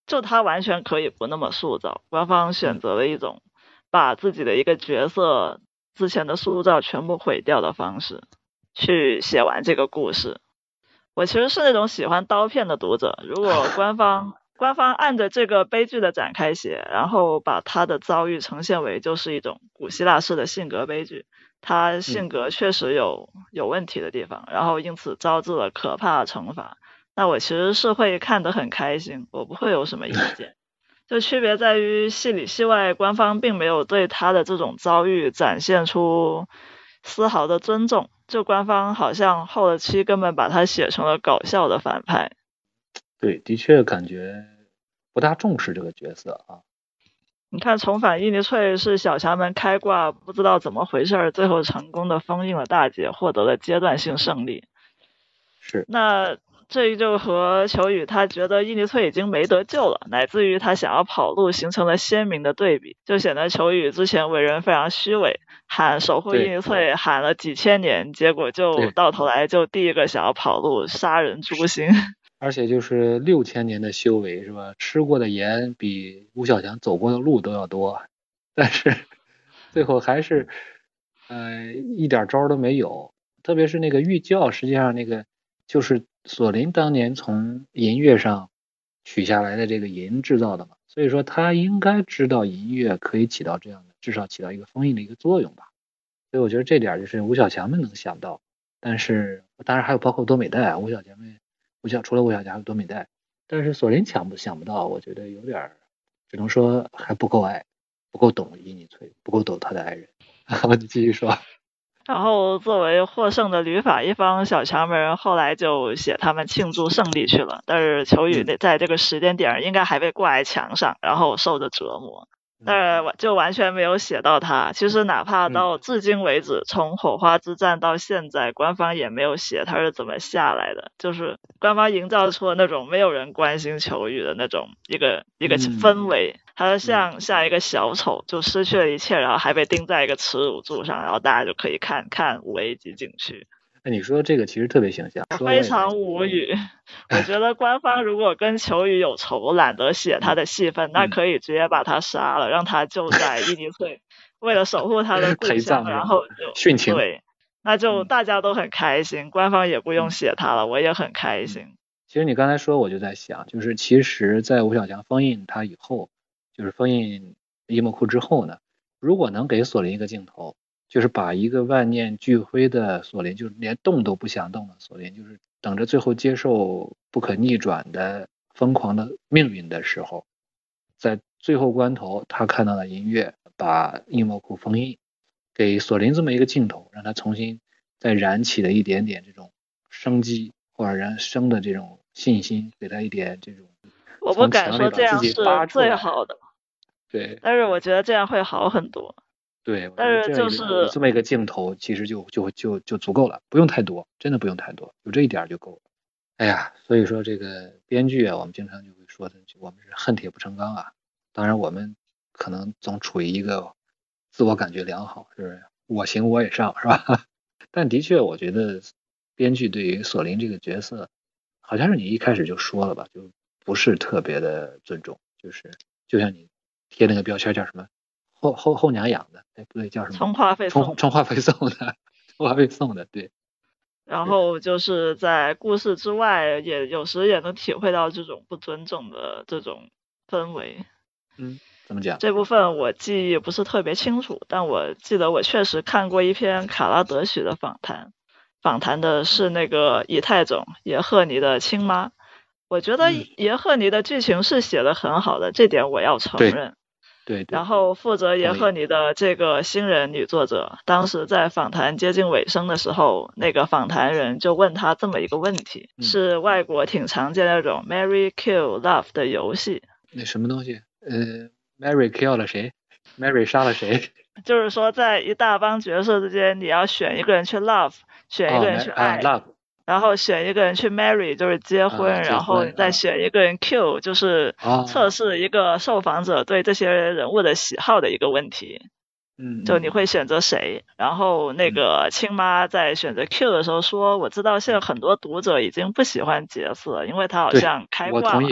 [SPEAKER 2] 就他完全可以不那么塑造，官方选择了一种把自己的一个角色之前的塑造全部毁掉的方式去写完这个故事。我其实是那种喜欢刀片的读者，如果官方官方按着这个悲剧的展开写，然后把他的遭遇呈现为就是一种古希腊式的性格悲剧，他性格确实有有问题的地方，然后因此招致了可怕的惩罚，那我其实是会看得很开心，我不会有什么意见。就区别在于戏里戏外官方并没有对他的这种遭遇展现出丝毫的尊重，就官方好像后了期根本把他写成了搞笑的反派。
[SPEAKER 1] 对，的确感觉不大重视这个角色啊。
[SPEAKER 2] 你看重返伊尼翠是小强们开挂不知道怎么回事，最后成功的封印了大姐，获得了阶段性胜利。
[SPEAKER 1] 是。
[SPEAKER 2] 那这就和求雨他觉得伊尼翠已经没得救了，乃至于他想要跑路形成了鲜明的对比，就显得求雨之前为人非常虚伪，喊守护伊尼翠喊了几千年，结果就到头来就第一个想要跑路杀人诛心。
[SPEAKER 1] 而且就是六千年的修为是吧，吃过的盐比吴小强走过的路都要多，但是最后还是呃一点招都没有。特别是那个玉教，实际上那个就是索林当年从银月上取下来的这个银制造的嘛，所以说他应该知道银月可以起到这样的，至少起到一个封印的一个作用吧。所以我觉得这点就是吴小强们能想到，但是当然还有包括多美代啊，吴小强们吴小除了吴小强还有多美代，但是索林想不想不到，我觉得有点只能说还不够爱，不够懂伊尼翠，不够懂他的爱人。我就继续说。
[SPEAKER 2] 然后作为获胜的旅法一方，小强们后来就写他们庆祝胜利去了，但是求雨在这个时间点应该还被挂在墙上，然后受着折磨，但是就完全没有写到他。其实哪怕到至今为止，从火花之战到现在，官方也没有写他是怎么下来的，就是官方营造出了那种没有人关心求雨的那种一个一个氛围，他像像一个小丑，就失去了一切，然后还被钉在一个耻辱柱上，然后大家就可以看看五 A 级景区。
[SPEAKER 1] 那你说这个其实特别形象，
[SPEAKER 2] 非常无语。我觉得官方如果跟求雨有仇，懒得写他的戏份，那可以直接把他杀了，让他就在伊尼翠，为了守护他的故乡，然后就
[SPEAKER 1] 殉情。
[SPEAKER 2] 对，那就大家都很开心，官方也不用写他了，我也很开心。
[SPEAKER 1] 其实你刚才说，我就在想，就是其实在吴小强封印他以后，就是封印伊莫库之后呢，如果能给索林一个镜头，就是把一个万念俱灰的索林，就是连动都不想动的索林，就是等着最后接受不可逆转的疯狂的命运的时候，在最后关头他看到了银月把伊莫库封印，给索林这么一个镜头，让他重新再燃起了一点点这种生机或者燃生的这种信心，给他一点这种，
[SPEAKER 2] 我不敢说这样是最好的，
[SPEAKER 1] 对，
[SPEAKER 2] 但是我觉得这样会好很多。
[SPEAKER 1] 对，
[SPEAKER 2] 但是就是
[SPEAKER 1] 有这么一个镜头，其实就就就就足够了，不用太多，真的不用太多，有这一点就够了。哎呀，所以说这个编剧啊，我们经常就会说的，我们是恨铁不成钢啊。当然我们可能总处于一个自我感觉良好，是不是？我行我也上，是吧？但的确，我觉得编剧对于索林这个角色，好像是你一开始就说了吧，就不是特别的尊重，就是就像你贴那个标签叫什么？后后后娘养的，哎不对，叫什么？
[SPEAKER 2] 充话费送，
[SPEAKER 1] 充话费送的，充话费送的，对。
[SPEAKER 2] 然后就是在故事之外，也有时也能体会到这种不尊重的这种氛围。
[SPEAKER 1] 嗯，怎么讲？
[SPEAKER 2] 这部分我记忆不是特别清楚，但我记得我确实看过一篇卡拉德许的访谈，访谈的是那个以太种耶赫尼的亲妈。我觉得耶赫尼的剧情是写得很好的，这点我要承认。
[SPEAKER 1] 对， 对， 对。
[SPEAKER 2] 然后负责耶赫尼的这个新人女作者，当时在访谈接近尾声的时候，那个访谈人就问他这么一个问题，
[SPEAKER 1] 嗯、
[SPEAKER 2] 是外国挺常见的那种 Marry Kill Love 的游戏。
[SPEAKER 1] 那什么东西？呃 ，Mary kill 了谁 ？Mary 杀了谁？
[SPEAKER 2] 就是说，在一大帮角色之间，你要选一个人去 love， 选一个人去爱。
[SPEAKER 1] 哦 love。
[SPEAKER 2] 然后选一个人去 marry 就是结婚，
[SPEAKER 1] 啊、
[SPEAKER 2] 然后再选一个人 kill、啊、就是测试一个受访者对这些人物的喜好的一个问题。
[SPEAKER 1] 嗯，
[SPEAKER 2] 就你会选择谁？然后那个亲妈在选择 kill 的时候说，我知道现在很多读者已经不喜欢杰斯了，因为他好像开挂了。
[SPEAKER 1] 我同意。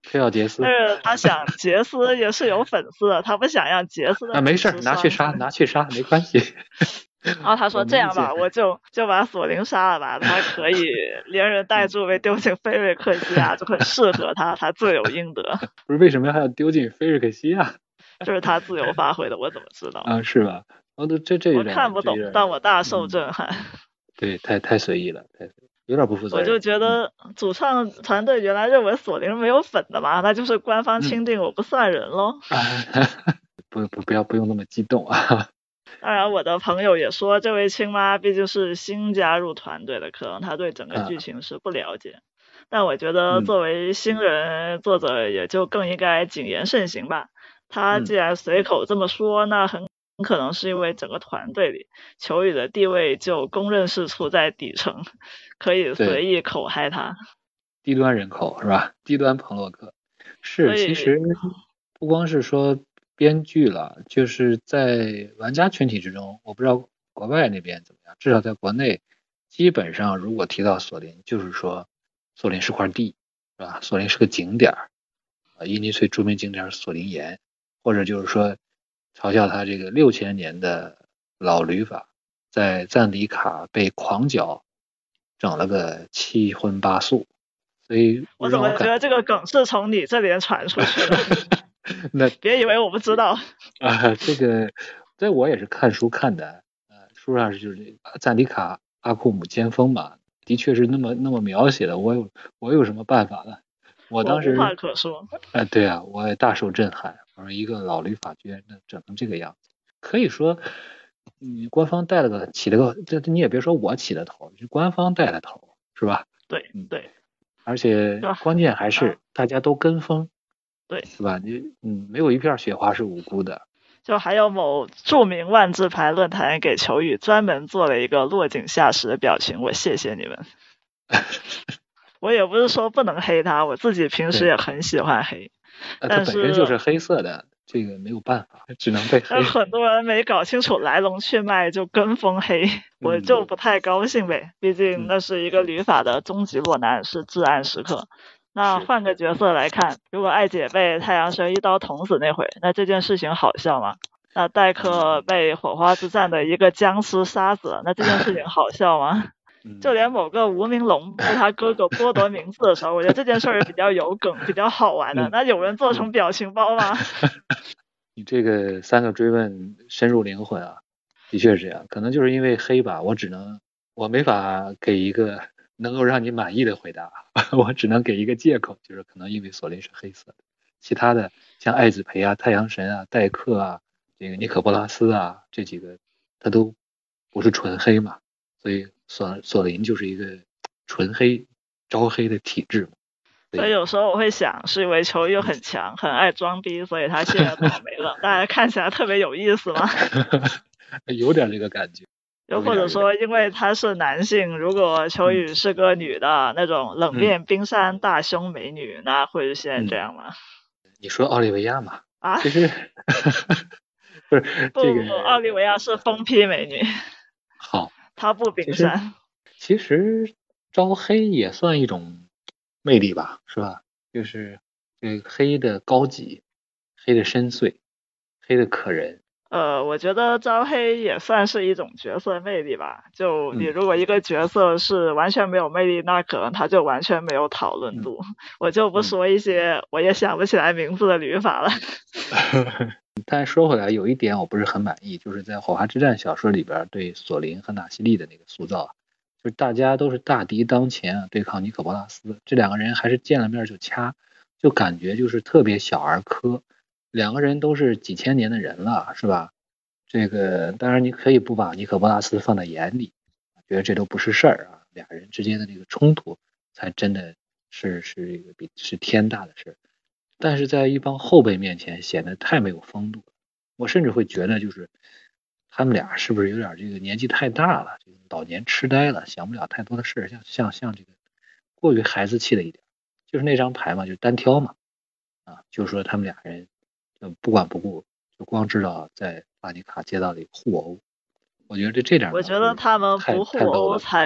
[SPEAKER 1] 非要杰斯。
[SPEAKER 2] 但是他想杰斯也是有粉丝的，他不想让杰斯的
[SPEAKER 1] 啊，没事，
[SPEAKER 2] 粉丝
[SPEAKER 1] 拿去杀，拿去杀，没关系。
[SPEAKER 2] 然后他说这样吧，我就就把索林杀了吧，他可以连人带柱被丢进菲瑞克西亚，就很适合他，他罪有应得。
[SPEAKER 1] 不是为什么还要丢进菲瑞克西亚？
[SPEAKER 2] 这是他自由发挥的，我怎么知道
[SPEAKER 1] 啊？是吧？哦，这这
[SPEAKER 2] 我看不懂，但我大受震撼。
[SPEAKER 1] 嗯、对，太太随意了，太随意，有点不负责任。
[SPEAKER 2] 我就觉得主创团队原来认为索林没有粉的嘛，那就是官方钦定我不算人喽。
[SPEAKER 1] 嗯、不不不要不用那么激动啊。
[SPEAKER 2] 当然，我的朋友也说，这位亲妈毕竟是新加入团队的，可能他对整个剧情是不了解。啊、但我觉得作为新人，作者也就更应该谨言慎行吧。他既然随口这么说，那很可能是因为整个团队里球羽的地位就公认是处在底层，可以随意口嗨他。
[SPEAKER 1] 低端人口是吧？低端彭洛克是，其实不光是说编剧了，就是在玩家群体之中，我不知道国外那边怎么样，至少在国内，基本上如果提到索林，就是说索林是块地，是吧？索林是个景点儿，啊，伊尼翠著名景点索林岩，或者就是说嘲笑他这个六千年的老旅法，在赞迪卡被狂搅，整了个七荤八素。所以
[SPEAKER 2] 我怎么觉得这个梗是从你这边传出去的？
[SPEAKER 1] 那
[SPEAKER 2] 别以为我不知道
[SPEAKER 1] 啊，这个这我也是看书看的，呃，书上是就是赞迪卡阿库姆尖峰嘛，的确是那么那么描写的，我有我有什么办法呢？我当时
[SPEAKER 2] 我无话可说。
[SPEAKER 1] 呃，对啊，我也大受震撼。我说一个老旅法居然能整成这个样子，可以说，你官方带了个起了个，这你也别说我起的头，是官方带的头，是吧？
[SPEAKER 2] 对对。
[SPEAKER 1] 而且关键还是大家都跟风，
[SPEAKER 2] 对，
[SPEAKER 1] 是吧？你嗯，没有一片雪花是无辜的。
[SPEAKER 2] 就还有某著名万智牌论坛给球羽专门做了一个落井下石的表情，我谢谢你们。我也不是说不能黑他，我自己平时也很喜欢黑，但是
[SPEAKER 1] 他本身就是黑色的，这个没有办法，只能被黑。
[SPEAKER 2] 但很多人没搞清楚来龙去脉就跟风黑，我就不太高兴呗。毕竟那是一个旅法的终极落难，是至暗时刻。那换个角色来看，如果艾姐被太阳神一刀捅死那回，那这件事情好笑吗？那戴克被火花之战的一个僵尸杀死了，那这件事情好笑吗？就连某个无名龙被他哥哥剥夺名字的时候，我觉得这件事儿比较有梗，比较好玩的。那有人做成表情包吗？
[SPEAKER 1] 你这个三个追问深入灵魂啊，的确是这样。可能就是因为黑吧，我只能我没法给一个能够让你满意的回答，我只能给一个借口，就是可能因为索林是黑色的，其他的像艾子培啊、太阳神啊、戴克啊、这个尼可波拉斯啊这几个，他都不是纯黑嘛，所以索索林就是一个纯黑招黑的体质嘛。
[SPEAKER 2] 所以有时候我会想，是因为球羽很强，很爱装逼，所以他现在倒霉了。大家看起来特别有意思吗？
[SPEAKER 1] 有点这个感觉。
[SPEAKER 2] 又或者说，因为他是男性，如果球羽是个女的，嗯、那种冷面冰山大胸美女，那会是现在这样吗？
[SPEAKER 1] 嗯、你说奥利维亚嘛？
[SPEAKER 2] 啊，
[SPEAKER 1] 其实不是
[SPEAKER 2] 不，
[SPEAKER 1] 这个，
[SPEAKER 2] 奥利维亚是疯批美女。
[SPEAKER 1] 好，
[SPEAKER 2] 她不冰山。
[SPEAKER 1] 其实, 其实招黑也算一种魅力吧，是吧？就是这个黑的高级，黑的深邃，黑的可人。
[SPEAKER 2] 呃，我觉得招黑也算是一种角色魅力吧。就你如果一个角色是完全没有魅力，那可能他就完全没有讨论度。嗯、我就不说一些我也想不起来名字的旅法了。
[SPEAKER 1] 但说回来，有一点我不是很满意，就是在《火花之战》小说里边对索林和纳西利的那个塑造，就是大家都是大敌当前啊，对抗尼可波拉斯，这两个人还是见了面就掐，就感觉就是特别小儿科。两个人都是几千年的人了，是吧？这个当然你可以不把尼可波拉斯放在眼里，觉得这都不是事儿啊。俩人之间的这个冲突才真的是是一个比是天大的事儿。但是在一帮后辈面前显得太没有风度了。我甚至会觉得就是他们俩是不是有点这个年纪太大了，这个老年痴呆了，想不了太多的事，像像像这个过于孩子气了一点。就是那张牌嘛，就是单挑嘛，啊，就是说他们俩人就不管不顾，就光知道在巴尼卡街道里互殴。我觉得这这点，
[SPEAKER 2] 我觉得他们不互殴才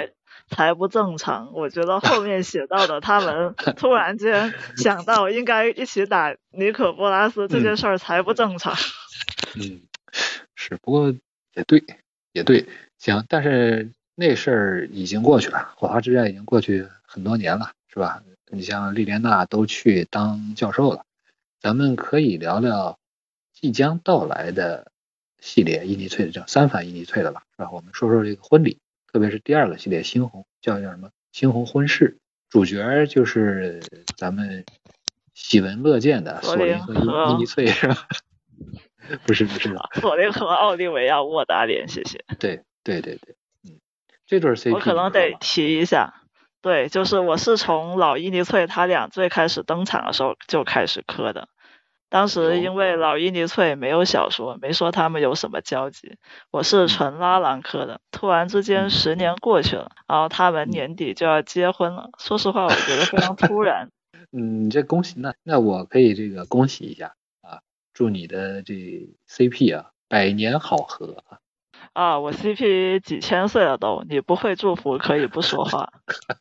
[SPEAKER 2] 才不正常。我觉得后面写到的他们突然间想到应该一起打尼可波拉斯这件事儿才不正常。
[SPEAKER 1] 嗯，是，不过也对，也对，行，但是那事儿已经过去了，火花之战已经过去很多年了，是吧？你像莉莲娜都去当教授了，咱们可以聊聊即将到来的系列伊尼翠的叫三反伊尼翠了吧，是吧？我们说说这个婚礼，特别是第二个系列猩红，叫叫什么猩红婚事，主角就是咱们喜闻乐见的索林和伊伊尼翠，是吧？不是不是的，
[SPEAKER 2] 索林和奥利维亚沃达连，谢谢。
[SPEAKER 1] 对对对对，嗯，这对 C P
[SPEAKER 2] 我可能得提一下，对，就是我是从老伊尼翠他俩最开始登场的时候就开始磕的。当时因为老伊尼翠没有小说，没说他们有什么交集，我是纯拉郎磕的。突然之间十年过去了，然后他们年底就要结婚了，说实话我觉得非常突然。
[SPEAKER 1] 嗯，这恭喜，那那我可以这个恭喜一下啊，祝你的这 C P 啊百年好合啊！
[SPEAKER 2] 啊，我 C P 几千岁了都，你不会祝福可以不说话。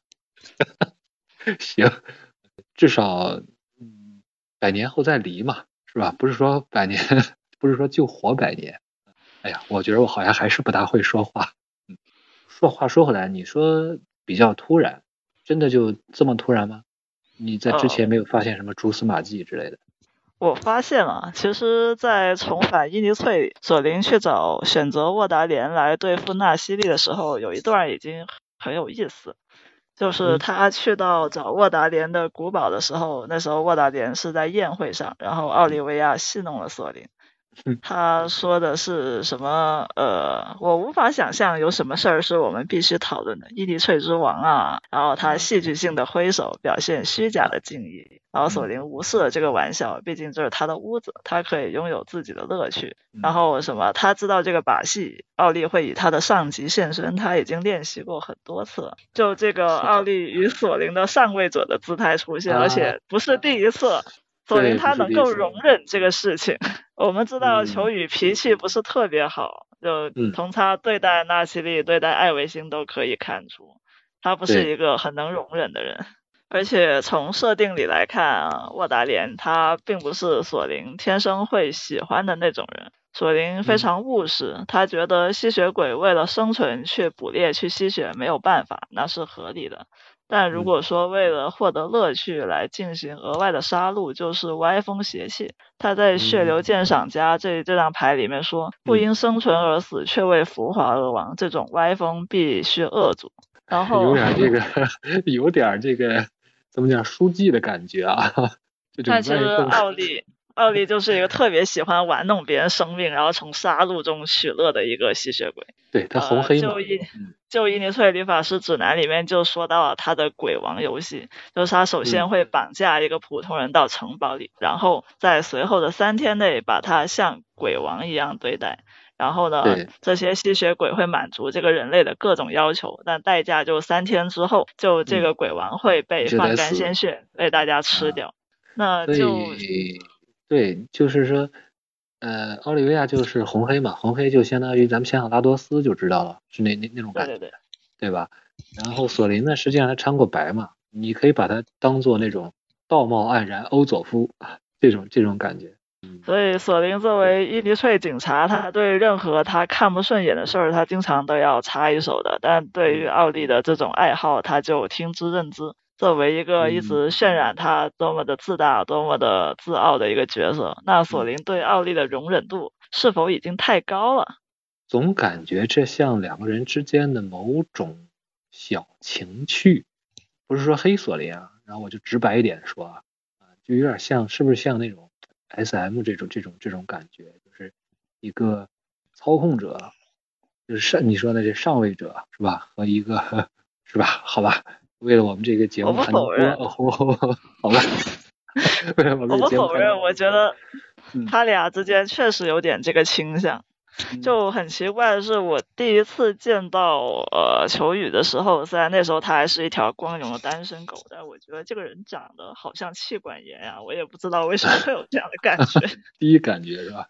[SPEAKER 1] 行，至少嗯百年后再离嘛，是吧？不是说百年，不是说就活百年。哎呀，我觉得我好像还是不大会说话。嗯，说话说回来，你说比较突然，真的就这么突然吗？你在之前没有发现什么蛛丝马迹之类的？
[SPEAKER 2] 我发现了，其实在重返伊尼翠，索林去找选择沃达连来对付纳西利的时候，有一段已经很有意思，就是他去到找沃达连的古堡的时候，那时候沃达连是在宴会上，然后奥利维亚戏弄了索林。他说的是什么？呃，我无法想象有什么事儿是我们必须讨论的。伊尼翠之王啊，然后他戏剧性的挥手，表现虚假的敬意。然后索林无视了这个玩笑，毕竟这是他的屋子，他可以拥有自己的乐趣。然后什么？他知道这个把戏，奥利会以他的上级现身，他已经练习过很多次了。就这个奥利与索林的上位者的姿态出现，而且不是第一次。索林他能够容忍这个事情。我们知道球羽脾气不是特别好，就从他对待纳西利、对待艾维辛都可以看出，他不是一个很能容忍的人。而且从设定里来看啊，沃达连他并不是索林天生会喜欢的那种人。索林非常务实，他觉得吸血鬼为了生存去捕猎去吸血没有办法，那是合理的。但如果说为了获得乐趣来进行额外的杀戮，就是歪风邪气。他在血流鉴赏家这这张牌里面说，不因生存而死，却为浮华而亡，这种歪风必须遏阻。然后
[SPEAKER 1] 有点这个，有点这个怎么讲书记的感觉啊。
[SPEAKER 2] 但其实奥利。奥利就是一个特别喜欢玩弄别人生命，然后从杀戮中取乐的一个吸血鬼。
[SPEAKER 1] 对，他红黑嘛。
[SPEAKER 2] 呃、就伊就伊尼翠理发师指南里面就说到了他的鬼王游戏，就是他首先会绑架一个普通人到城堡里，嗯、然后在随后的三天内把他像鬼王一样对待。然后呢，这些吸血鬼会满足这个人类的各种要求，但代价就三天之后，就这个鬼王会被放干鲜血，被大家吃掉。啊、那就。
[SPEAKER 1] 对，就是说，呃，奥利维亚就是红黑嘛，红黑就相当于咱们想想拉多斯就知道了，是那那那种感觉，
[SPEAKER 2] 对对对，
[SPEAKER 1] 对吧？然后索林呢，实际上他掺过白嘛，你可以把它当做那种道貌岸然欧佐夫这种这种感觉。
[SPEAKER 2] 所以索林作为伊尼翠警察，他对任何他看不顺眼的事儿，他经常都要插一手的。但对于奥利的这种爱好，他就听之任之。作为一个一直渲染他多么的自大、多么的自傲的一个角色，那索林对奥利的容忍度是否已经太高了？
[SPEAKER 1] 总感觉这像两个人之间的某种小情趣，不是说黑索林啊，然后我就直白一点说啊，就有点像，是不是像那种 S M 这种这种这种感觉，就是一个操控者，就是上你说的这上位者是吧？和一个是吧？好吧。为了我们这个节目还能播，哦，好吧。为了我们
[SPEAKER 2] 我不否认，我觉得他俩之间确实有点这个倾向。嗯、就很奇怪的是，我第一次见到呃球羽的时候，虽然那时候他还是一条光荣的单身狗，但我觉得这个人长得好像气管炎呀、啊，我也不知道为什么会有这样的感觉。
[SPEAKER 1] 第一感觉是吧？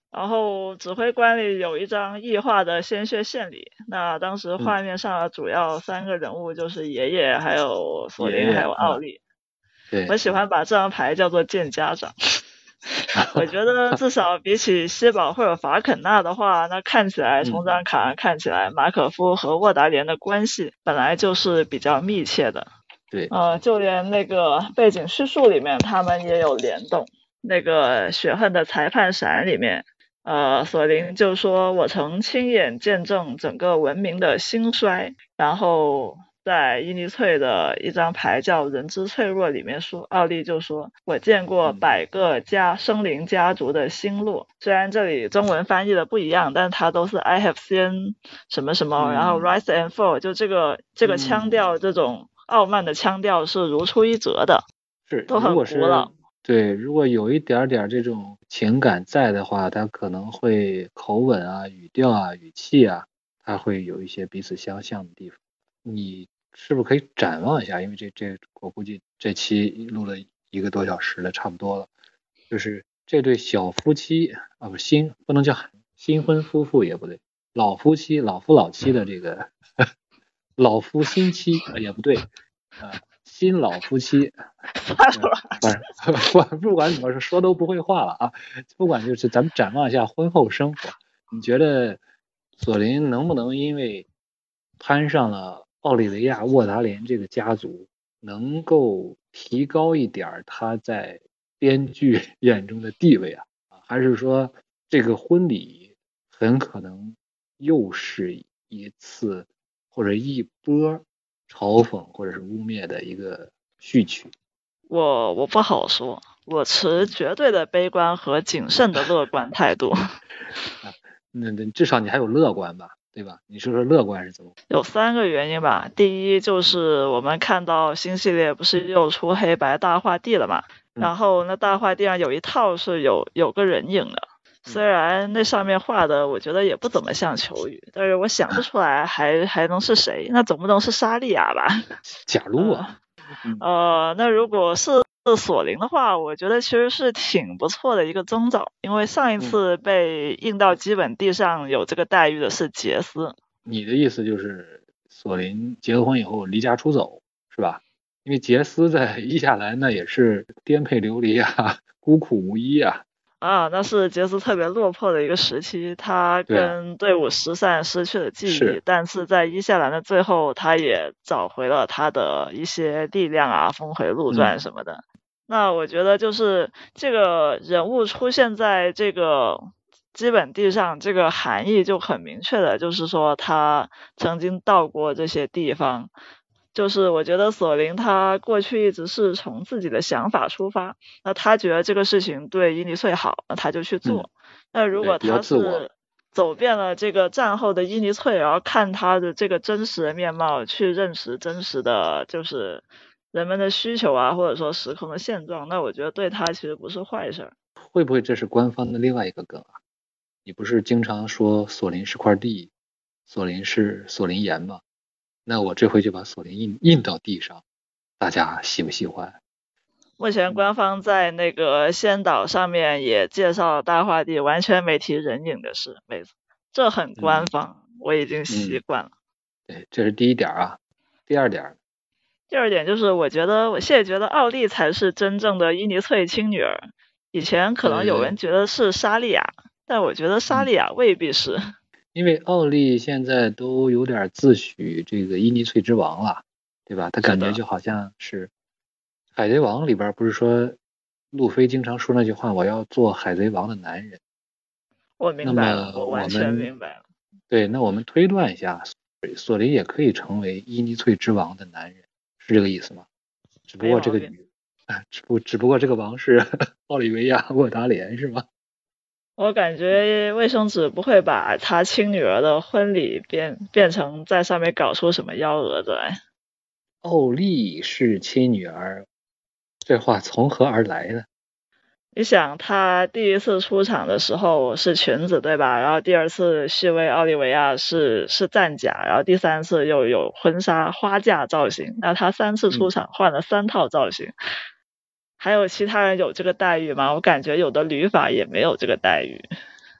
[SPEAKER 2] 然后指挥官里有一张异画的鲜血献礼，那当时
[SPEAKER 1] 嗯，
[SPEAKER 2] 画面上的主要三个人物就是爷爷，还有索林，还有
[SPEAKER 1] 爷爷，嗯，
[SPEAKER 2] 奥利。我
[SPEAKER 1] 对，
[SPEAKER 2] 喜欢把这张牌叫做见家长。我觉得至少比起希堡或者法肯纳的话，那看起来从
[SPEAKER 1] 嗯
[SPEAKER 2] 这张卡上看起来，马可夫和沃达连的关系本来就是比较密切的。
[SPEAKER 1] 对，
[SPEAKER 2] 呃，就连那个背景叙述里面，他们也有联动。那个血恨的裁判闪里面，呃，索林就说：“我曾亲眼见证整个文明的兴衰。”然后在伊尼翠的一张牌叫“人之脆弱”里面说，奥利就说：“我见过
[SPEAKER 1] 嗯
[SPEAKER 2] 百个家生灵家族的兴落。”虽然这里中文翻译的不一样，但它都是 I have seen 什么什么，然后
[SPEAKER 1] 嗯
[SPEAKER 2] rise and fall，就这个这个腔
[SPEAKER 1] 嗯，
[SPEAKER 2] 调，这种傲慢的腔调是如出一辙的，
[SPEAKER 1] 是，
[SPEAKER 2] 都
[SPEAKER 1] 如
[SPEAKER 2] 很古老。
[SPEAKER 1] 果是对，如果有一点点这种情感在的话，它可能会口吻啊、语调啊、语气啊，它会有一些彼此相像的地方。你是不是可以展望一下？因为这这我估计这期录了一个多小时了，差不多了。就是这对小夫妻啊，不新不能叫新婚夫妇也不对，老夫妻、老夫老妻的这个老夫新妻也不对，呃，新老夫妻。嗯，反正不不管怎么说，说都不会话了啊。不管就是咱们展望一下婚后生活，你觉得索林能不能因为攀上了奥利维亚·沃达连这个家族，能够提高一点他在编剧眼中的地位啊？还是说这个婚礼很可能又是一次或者一波嘲讽或者是污蔑的一个序曲？
[SPEAKER 2] 我我不好说，我持绝对的悲观和谨慎的乐观态度。
[SPEAKER 1] 啊，那那至少你还有乐观吧，对吧？你说说乐观是怎么？
[SPEAKER 2] 有三个原因吧。第一就是我们看到新系列不是又出黑白大画地了嘛，
[SPEAKER 1] 嗯
[SPEAKER 2] 然后那大画地上有一套是有有个人影的，虽然那上面画的我觉得也不怎么像球雨，但是我想不出来还还能是谁，那总不能是莎莉亚吧？
[SPEAKER 1] 假如啊，嗯
[SPEAKER 2] 呃，那如果是索林的话，我觉得其实是挺不错的一个征兆，因为上一
[SPEAKER 1] 嗯，
[SPEAKER 2] 次被印到基本地上有这个待遇的是杰斯。
[SPEAKER 1] 你的意思就是索林结了婚以后离家出走是吧？因为杰斯在伊夏兰那也是颠沛流离啊，孤苦无依啊。
[SPEAKER 2] 啊，那是杰斯特别落魄的一个时期，他
[SPEAKER 1] 对啊，
[SPEAKER 2] 跟队伍失散，失去了记忆，
[SPEAKER 1] 是，
[SPEAKER 2] 但是在伊夏兰的最后，他也找回了他的一些力量啊，峰回路
[SPEAKER 1] 嗯
[SPEAKER 2] 转什么的。那我觉得就是这个人物出现在这个基本地上，这个含义就很明确的，就是说他曾经到过这些地方。就是我觉得索林他过去一直是从自己的想法出发，那他觉得这个事情对伊尼翠好，那他就去
[SPEAKER 1] 嗯，
[SPEAKER 2] 做。那如
[SPEAKER 1] 对，比较
[SPEAKER 2] 果他
[SPEAKER 1] 自我，
[SPEAKER 2] 是走遍了这个战后的伊尼翠，然后看他的这个真实的面貌，去认识真实的就是人们的需求啊，或者说时空的现状，那我觉得对他其实不是坏事。
[SPEAKER 1] 会不会这是官方的另外一个梗啊？你不是经常说索林是块地，索林是索林岩吗？那我这回就把索林印印到地上，大家喜不喜欢？
[SPEAKER 2] 目前
[SPEAKER 1] 嗯
[SPEAKER 2] 官方在那个先导上面也介绍了大画地，完全没提人影的事，没错，这很官
[SPEAKER 1] 嗯
[SPEAKER 2] 方，我已经习
[SPEAKER 1] 嗯，
[SPEAKER 2] 惯了。
[SPEAKER 1] 对，这是第一点啊。第二点，
[SPEAKER 2] 第二点就是，我觉得我现在觉得奥莉才是真正的伊尼翠亲女儿。以前可能有
[SPEAKER 1] 呃，
[SPEAKER 2] 人觉得是莎莉亚，但我觉得莎
[SPEAKER 1] 嗯，
[SPEAKER 2] 莉亚未必是。
[SPEAKER 1] 因为奥利现在都有点自诩这个伊尼翠之王了，对吧？他
[SPEAKER 2] 是的，
[SPEAKER 1] 感觉就好像是海贼王里边不是说路飞经常说那句话，我要做海贼王的男人。
[SPEAKER 2] 我
[SPEAKER 1] 那
[SPEAKER 2] 明白了，
[SPEAKER 1] 么
[SPEAKER 2] 我完全
[SPEAKER 1] 我们
[SPEAKER 2] 明白了。
[SPEAKER 1] 对，那我们推断一下，索林也可以成为伊尼翠之王的男人，是这个意思吗？只不过这
[SPEAKER 2] 没毛病。
[SPEAKER 1] 个女，啊，只不只不过这个王是奥利维亚·沃达连是吗？
[SPEAKER 2] 我感觉卫生纸不会把他亲女儿的婚礼变变成在上面搞出什么幺蛾子来。
[SPEAKER 1] 奥利是亲女儿，这话从何而来呢？
[SPEAKER 2] 你想，他第一次出场的时候是裙子，对吧？然后第二次续为奥利维亚是是战甲，然后第三次又有婚纱花嫁造型。那他三次出
[SPEAKER 1] 嗯，
[SPEAKER 2] 场换了三套造型，还有其他人有这个待遇吗？我感觉有的旅法也没有这个待遇。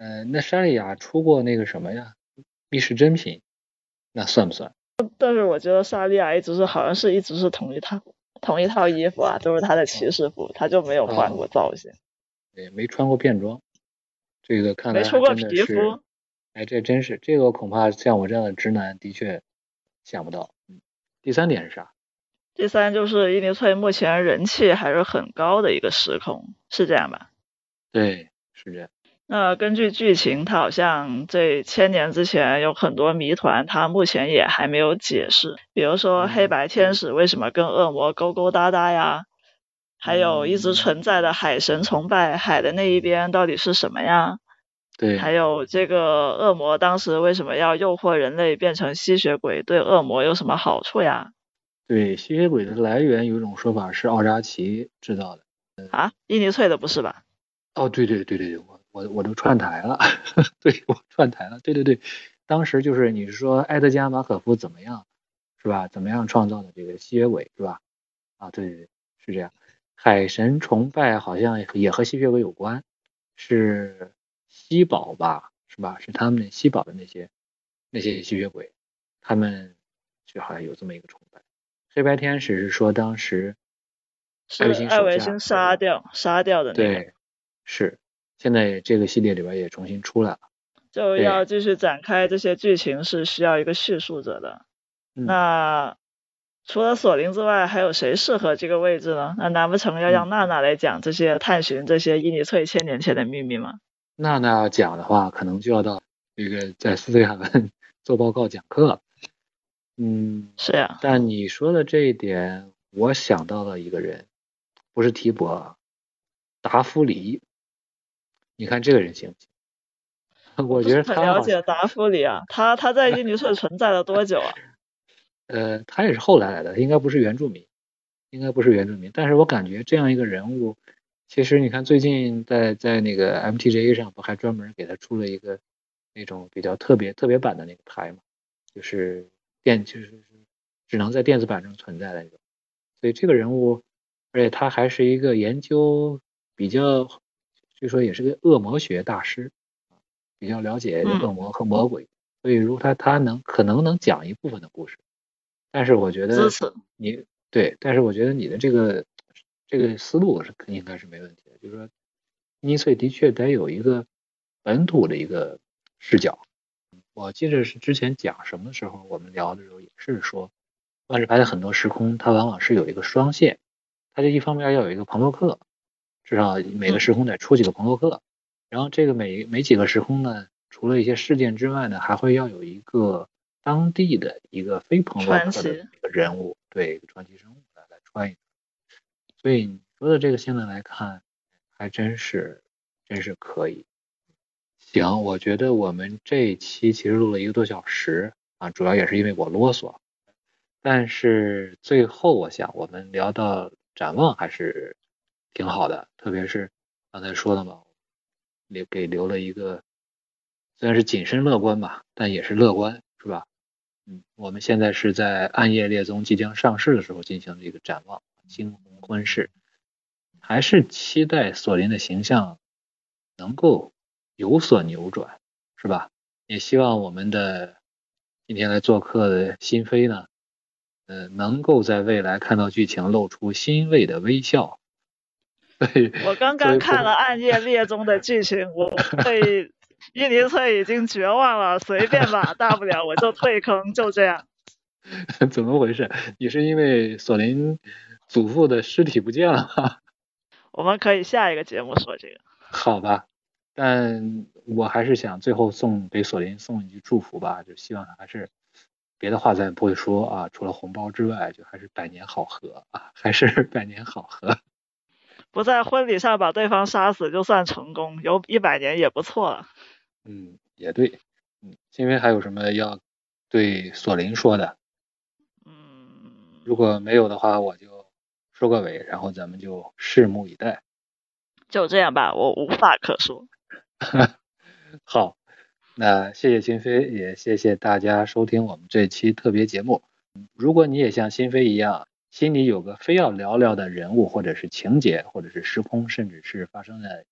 [SPEAKER 1] 呃，那莎莉亚出过那个什么呀？密室珍品，那算不算？
[SPEAKER 2] 但是我觉得莎莉亚一直是好像是一直是同一套同一套衣服啊，都是她的骑士服，她就没有换过造型。
[SPEAKER 1] 对，没穿过便装，这个看
[SPEAKER 2] 没出过
[SPEAKER 1] 来还真的
[SPEAKER 2] 皮
[SPEAKER 1] 是，
[SPEAKER 2] 肤。
[SPEAKER 1] 哎，这真是这个恐怕像我这样的直男的确想不到。嗯，第三点是啥？
[SPEAKER 2] 第三就是伊尼翠目前人气还是很高的一个时空，是这样吧？
[SPEAKER 1] 对，是这样。
[SPEAKER 2] 那根据剧情，它好像这千年之前有很多谜团，它目前也还没有解释。比如说黑白天使为什么跟恶魔勾勾搭搭呀？还有一直存在的海神崇拜，海的那一边到底是什么呀？
[SPEAKER 1] 对，
[SPEAKER 2] 还有这个恶魔当时为什么要诱惑人类变成吸血鬼，对恶魔有什么好处呀？
[SPEAKER 1] 对，吸血鬼的来源有一种说法是奥扎奇制造的。
[SPEAKER 2] 啊，伊尼翠的不是吧？
[SPEAKER 1] 哦，对对对对对，我我我都串台了，对我串台了，对对对，当时就是你是说埃德加马可夫怎么样，是吧？怎么样创造的这个吸血鬼是吧？啊，对对对，是这样。海神崇拜好像也和吸血鬼有关，是吸宝吧，是吧？是他们吸宝的那些那些吸血鬼，他们就好像有这么一个崇拜。黑白天使是说当时艾维
[SPEAKER 2] 是
[SPEAKER 1] 辛手下，
[SPEAKER 2] 艾维辛杀掉杀掉的那个。
[SPEAKER 1] 对，是，现在这个系列里边也重新出来了。
[SPEAKER 2] 就要
[SPEAKER 1] 对，
[SPEAKER 2] 继续展开这些剧情是需要一个叙述者的。
[SPEAKER 1] 嗯
[SPEAKER 2] 那除了索林之外，还有谁适合这个位置呢？那难不成要让
[SPEAKER 1] 嗯，
[SPEAKER 2] 娜娜来讲这些探寻这些伊尼翠千年前的秘密吗？
[SPEAKER 1] 那那要讲的话，可能就要到这个在斯特海文做报告讲课了。嗯，
[SPEAKER 2] 是呀。
[SPEAKER 1] 但你说的这一点，我想到了一个人，不是提伯啊，达芙里。你看这个人行不行？
[SPEAKER 2] 我
[SPEAKER 1] 我觉得
[SPEAKER 2] 不是很
[SPEAKER 1] 他好像，
[SPEAKER 2] 了解达芙里啊，他他在伊尼翠存在了多久啊？
[SPEAKER 1] 呃，他也是后来来的，应该不是原住民，应该不是原住民。但是我感觉这样一个人物，其实你看最近在在那个 M T G A 上不还专门给他出了一个那种比较特别特别版的那个牌嘛，就是电就是只能在电子版上存在的那种。所以这个人物，而且他还是一个研究比较，据说也是个恶魔学大师，比较了解
[SPEAKER 2] 嗯，
[SPEAKER 1] 恶魔和魔鬼。所以如果他他能可能能讲一部分的故事。但是我觉得
[SPEAKER 2] 支持。
[SPEAKER 1] 你对，但是我觉得你的这个这个思路是应该是没问题的，就是说尼翠的确得有一个本土的一个视角。我记得是之前讲什么时候我们聊的时候也是说，万智牌的很多时空它往往是有一个双线，它这一方面要有一个朋洛克，至少每个时空得出几个朋洛克，然后这个每每几个时空呢，除了一些事件之外呢，还会要有一个当地的一个非朋洛克的
[SPEAKER 2] 传奇。
[SPEAKER 1] 一个人物，对，一个传奇生物来来穿一。所以你说的这个现在来看，还真是真是可以。行，我觉得我们这一期其实录了一个多小时啊，主要也是因为我啰嗦，但是最后我想我们聊到展望还是挺好的，特别是刚才说的嘛，留给留了一个虽然是谨慎乐观吧，但也是乐观，是吧？嗯，我们现在是在暗夜猎踪即将上市的时候进行的一个展望，惊鸿婚事，还是期待索林的形象能够有所扭转，是吧？也希望我们的今天来做客的新飞呢，呃，能够在未来看到剧情露出欣慰的微笑。对，
[SPEAKER 2] 我刚刚
[SPEAKER 1] 作为不
[SPEAKER 2] 看了《暗夜猎踪》的剧情，我对伊尼翠已经绝望了，随便吧，大不了我就退坑，就这样。
[SPEAKER 1] 怎么回事？你是因为索林祖父的尸体不见了吗？
[SPEAKER 2] 我们可以下一个节目说这个。
[SPEAKER 1] 好吧，但我还是想最后送给索林送一句祝福吧，就希望他还是别的话咱不会说啊，除了红包之外，就还是百年好合啊，还是百年好合。
[SPEAKER 2] 不在婚礼上把对方杀死就算成功，有一百年也不错了。
[SPEAKER 1] 嗯，也对。嗯，新飞还有什么要对索林说的？
[SPEAKER 2] 嗯，
[SPEAKER 1] 如果没有的话，我就收个尾，然后咱们就拭目以待。
[SPEAKER 2] 就这样吧，我无话可说。
[SPEAKER 1] 好，那谢谢新飞，也谢谢大家收听我们这期特别节目。如果你也像新飞一样，心里有个非要聊聊的人物，或者是情节，或者是时空，甚至是发生在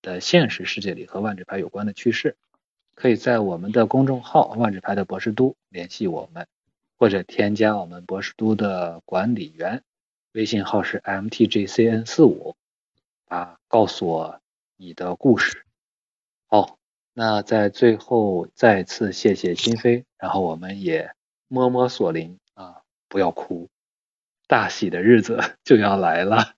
[SPEAKER 1] 的现实世界里和万智牌有关的趣事，可以在我们的公众号万智牌的博士都联系我们，或者添加我们博士都的管理员，微信号是 M T G C N 四五，啊，告诉我你的故事。好，那在最后再次谢谢新飞，然后我们也摸摸索林啊，不要哭，大喜的日子就要来了。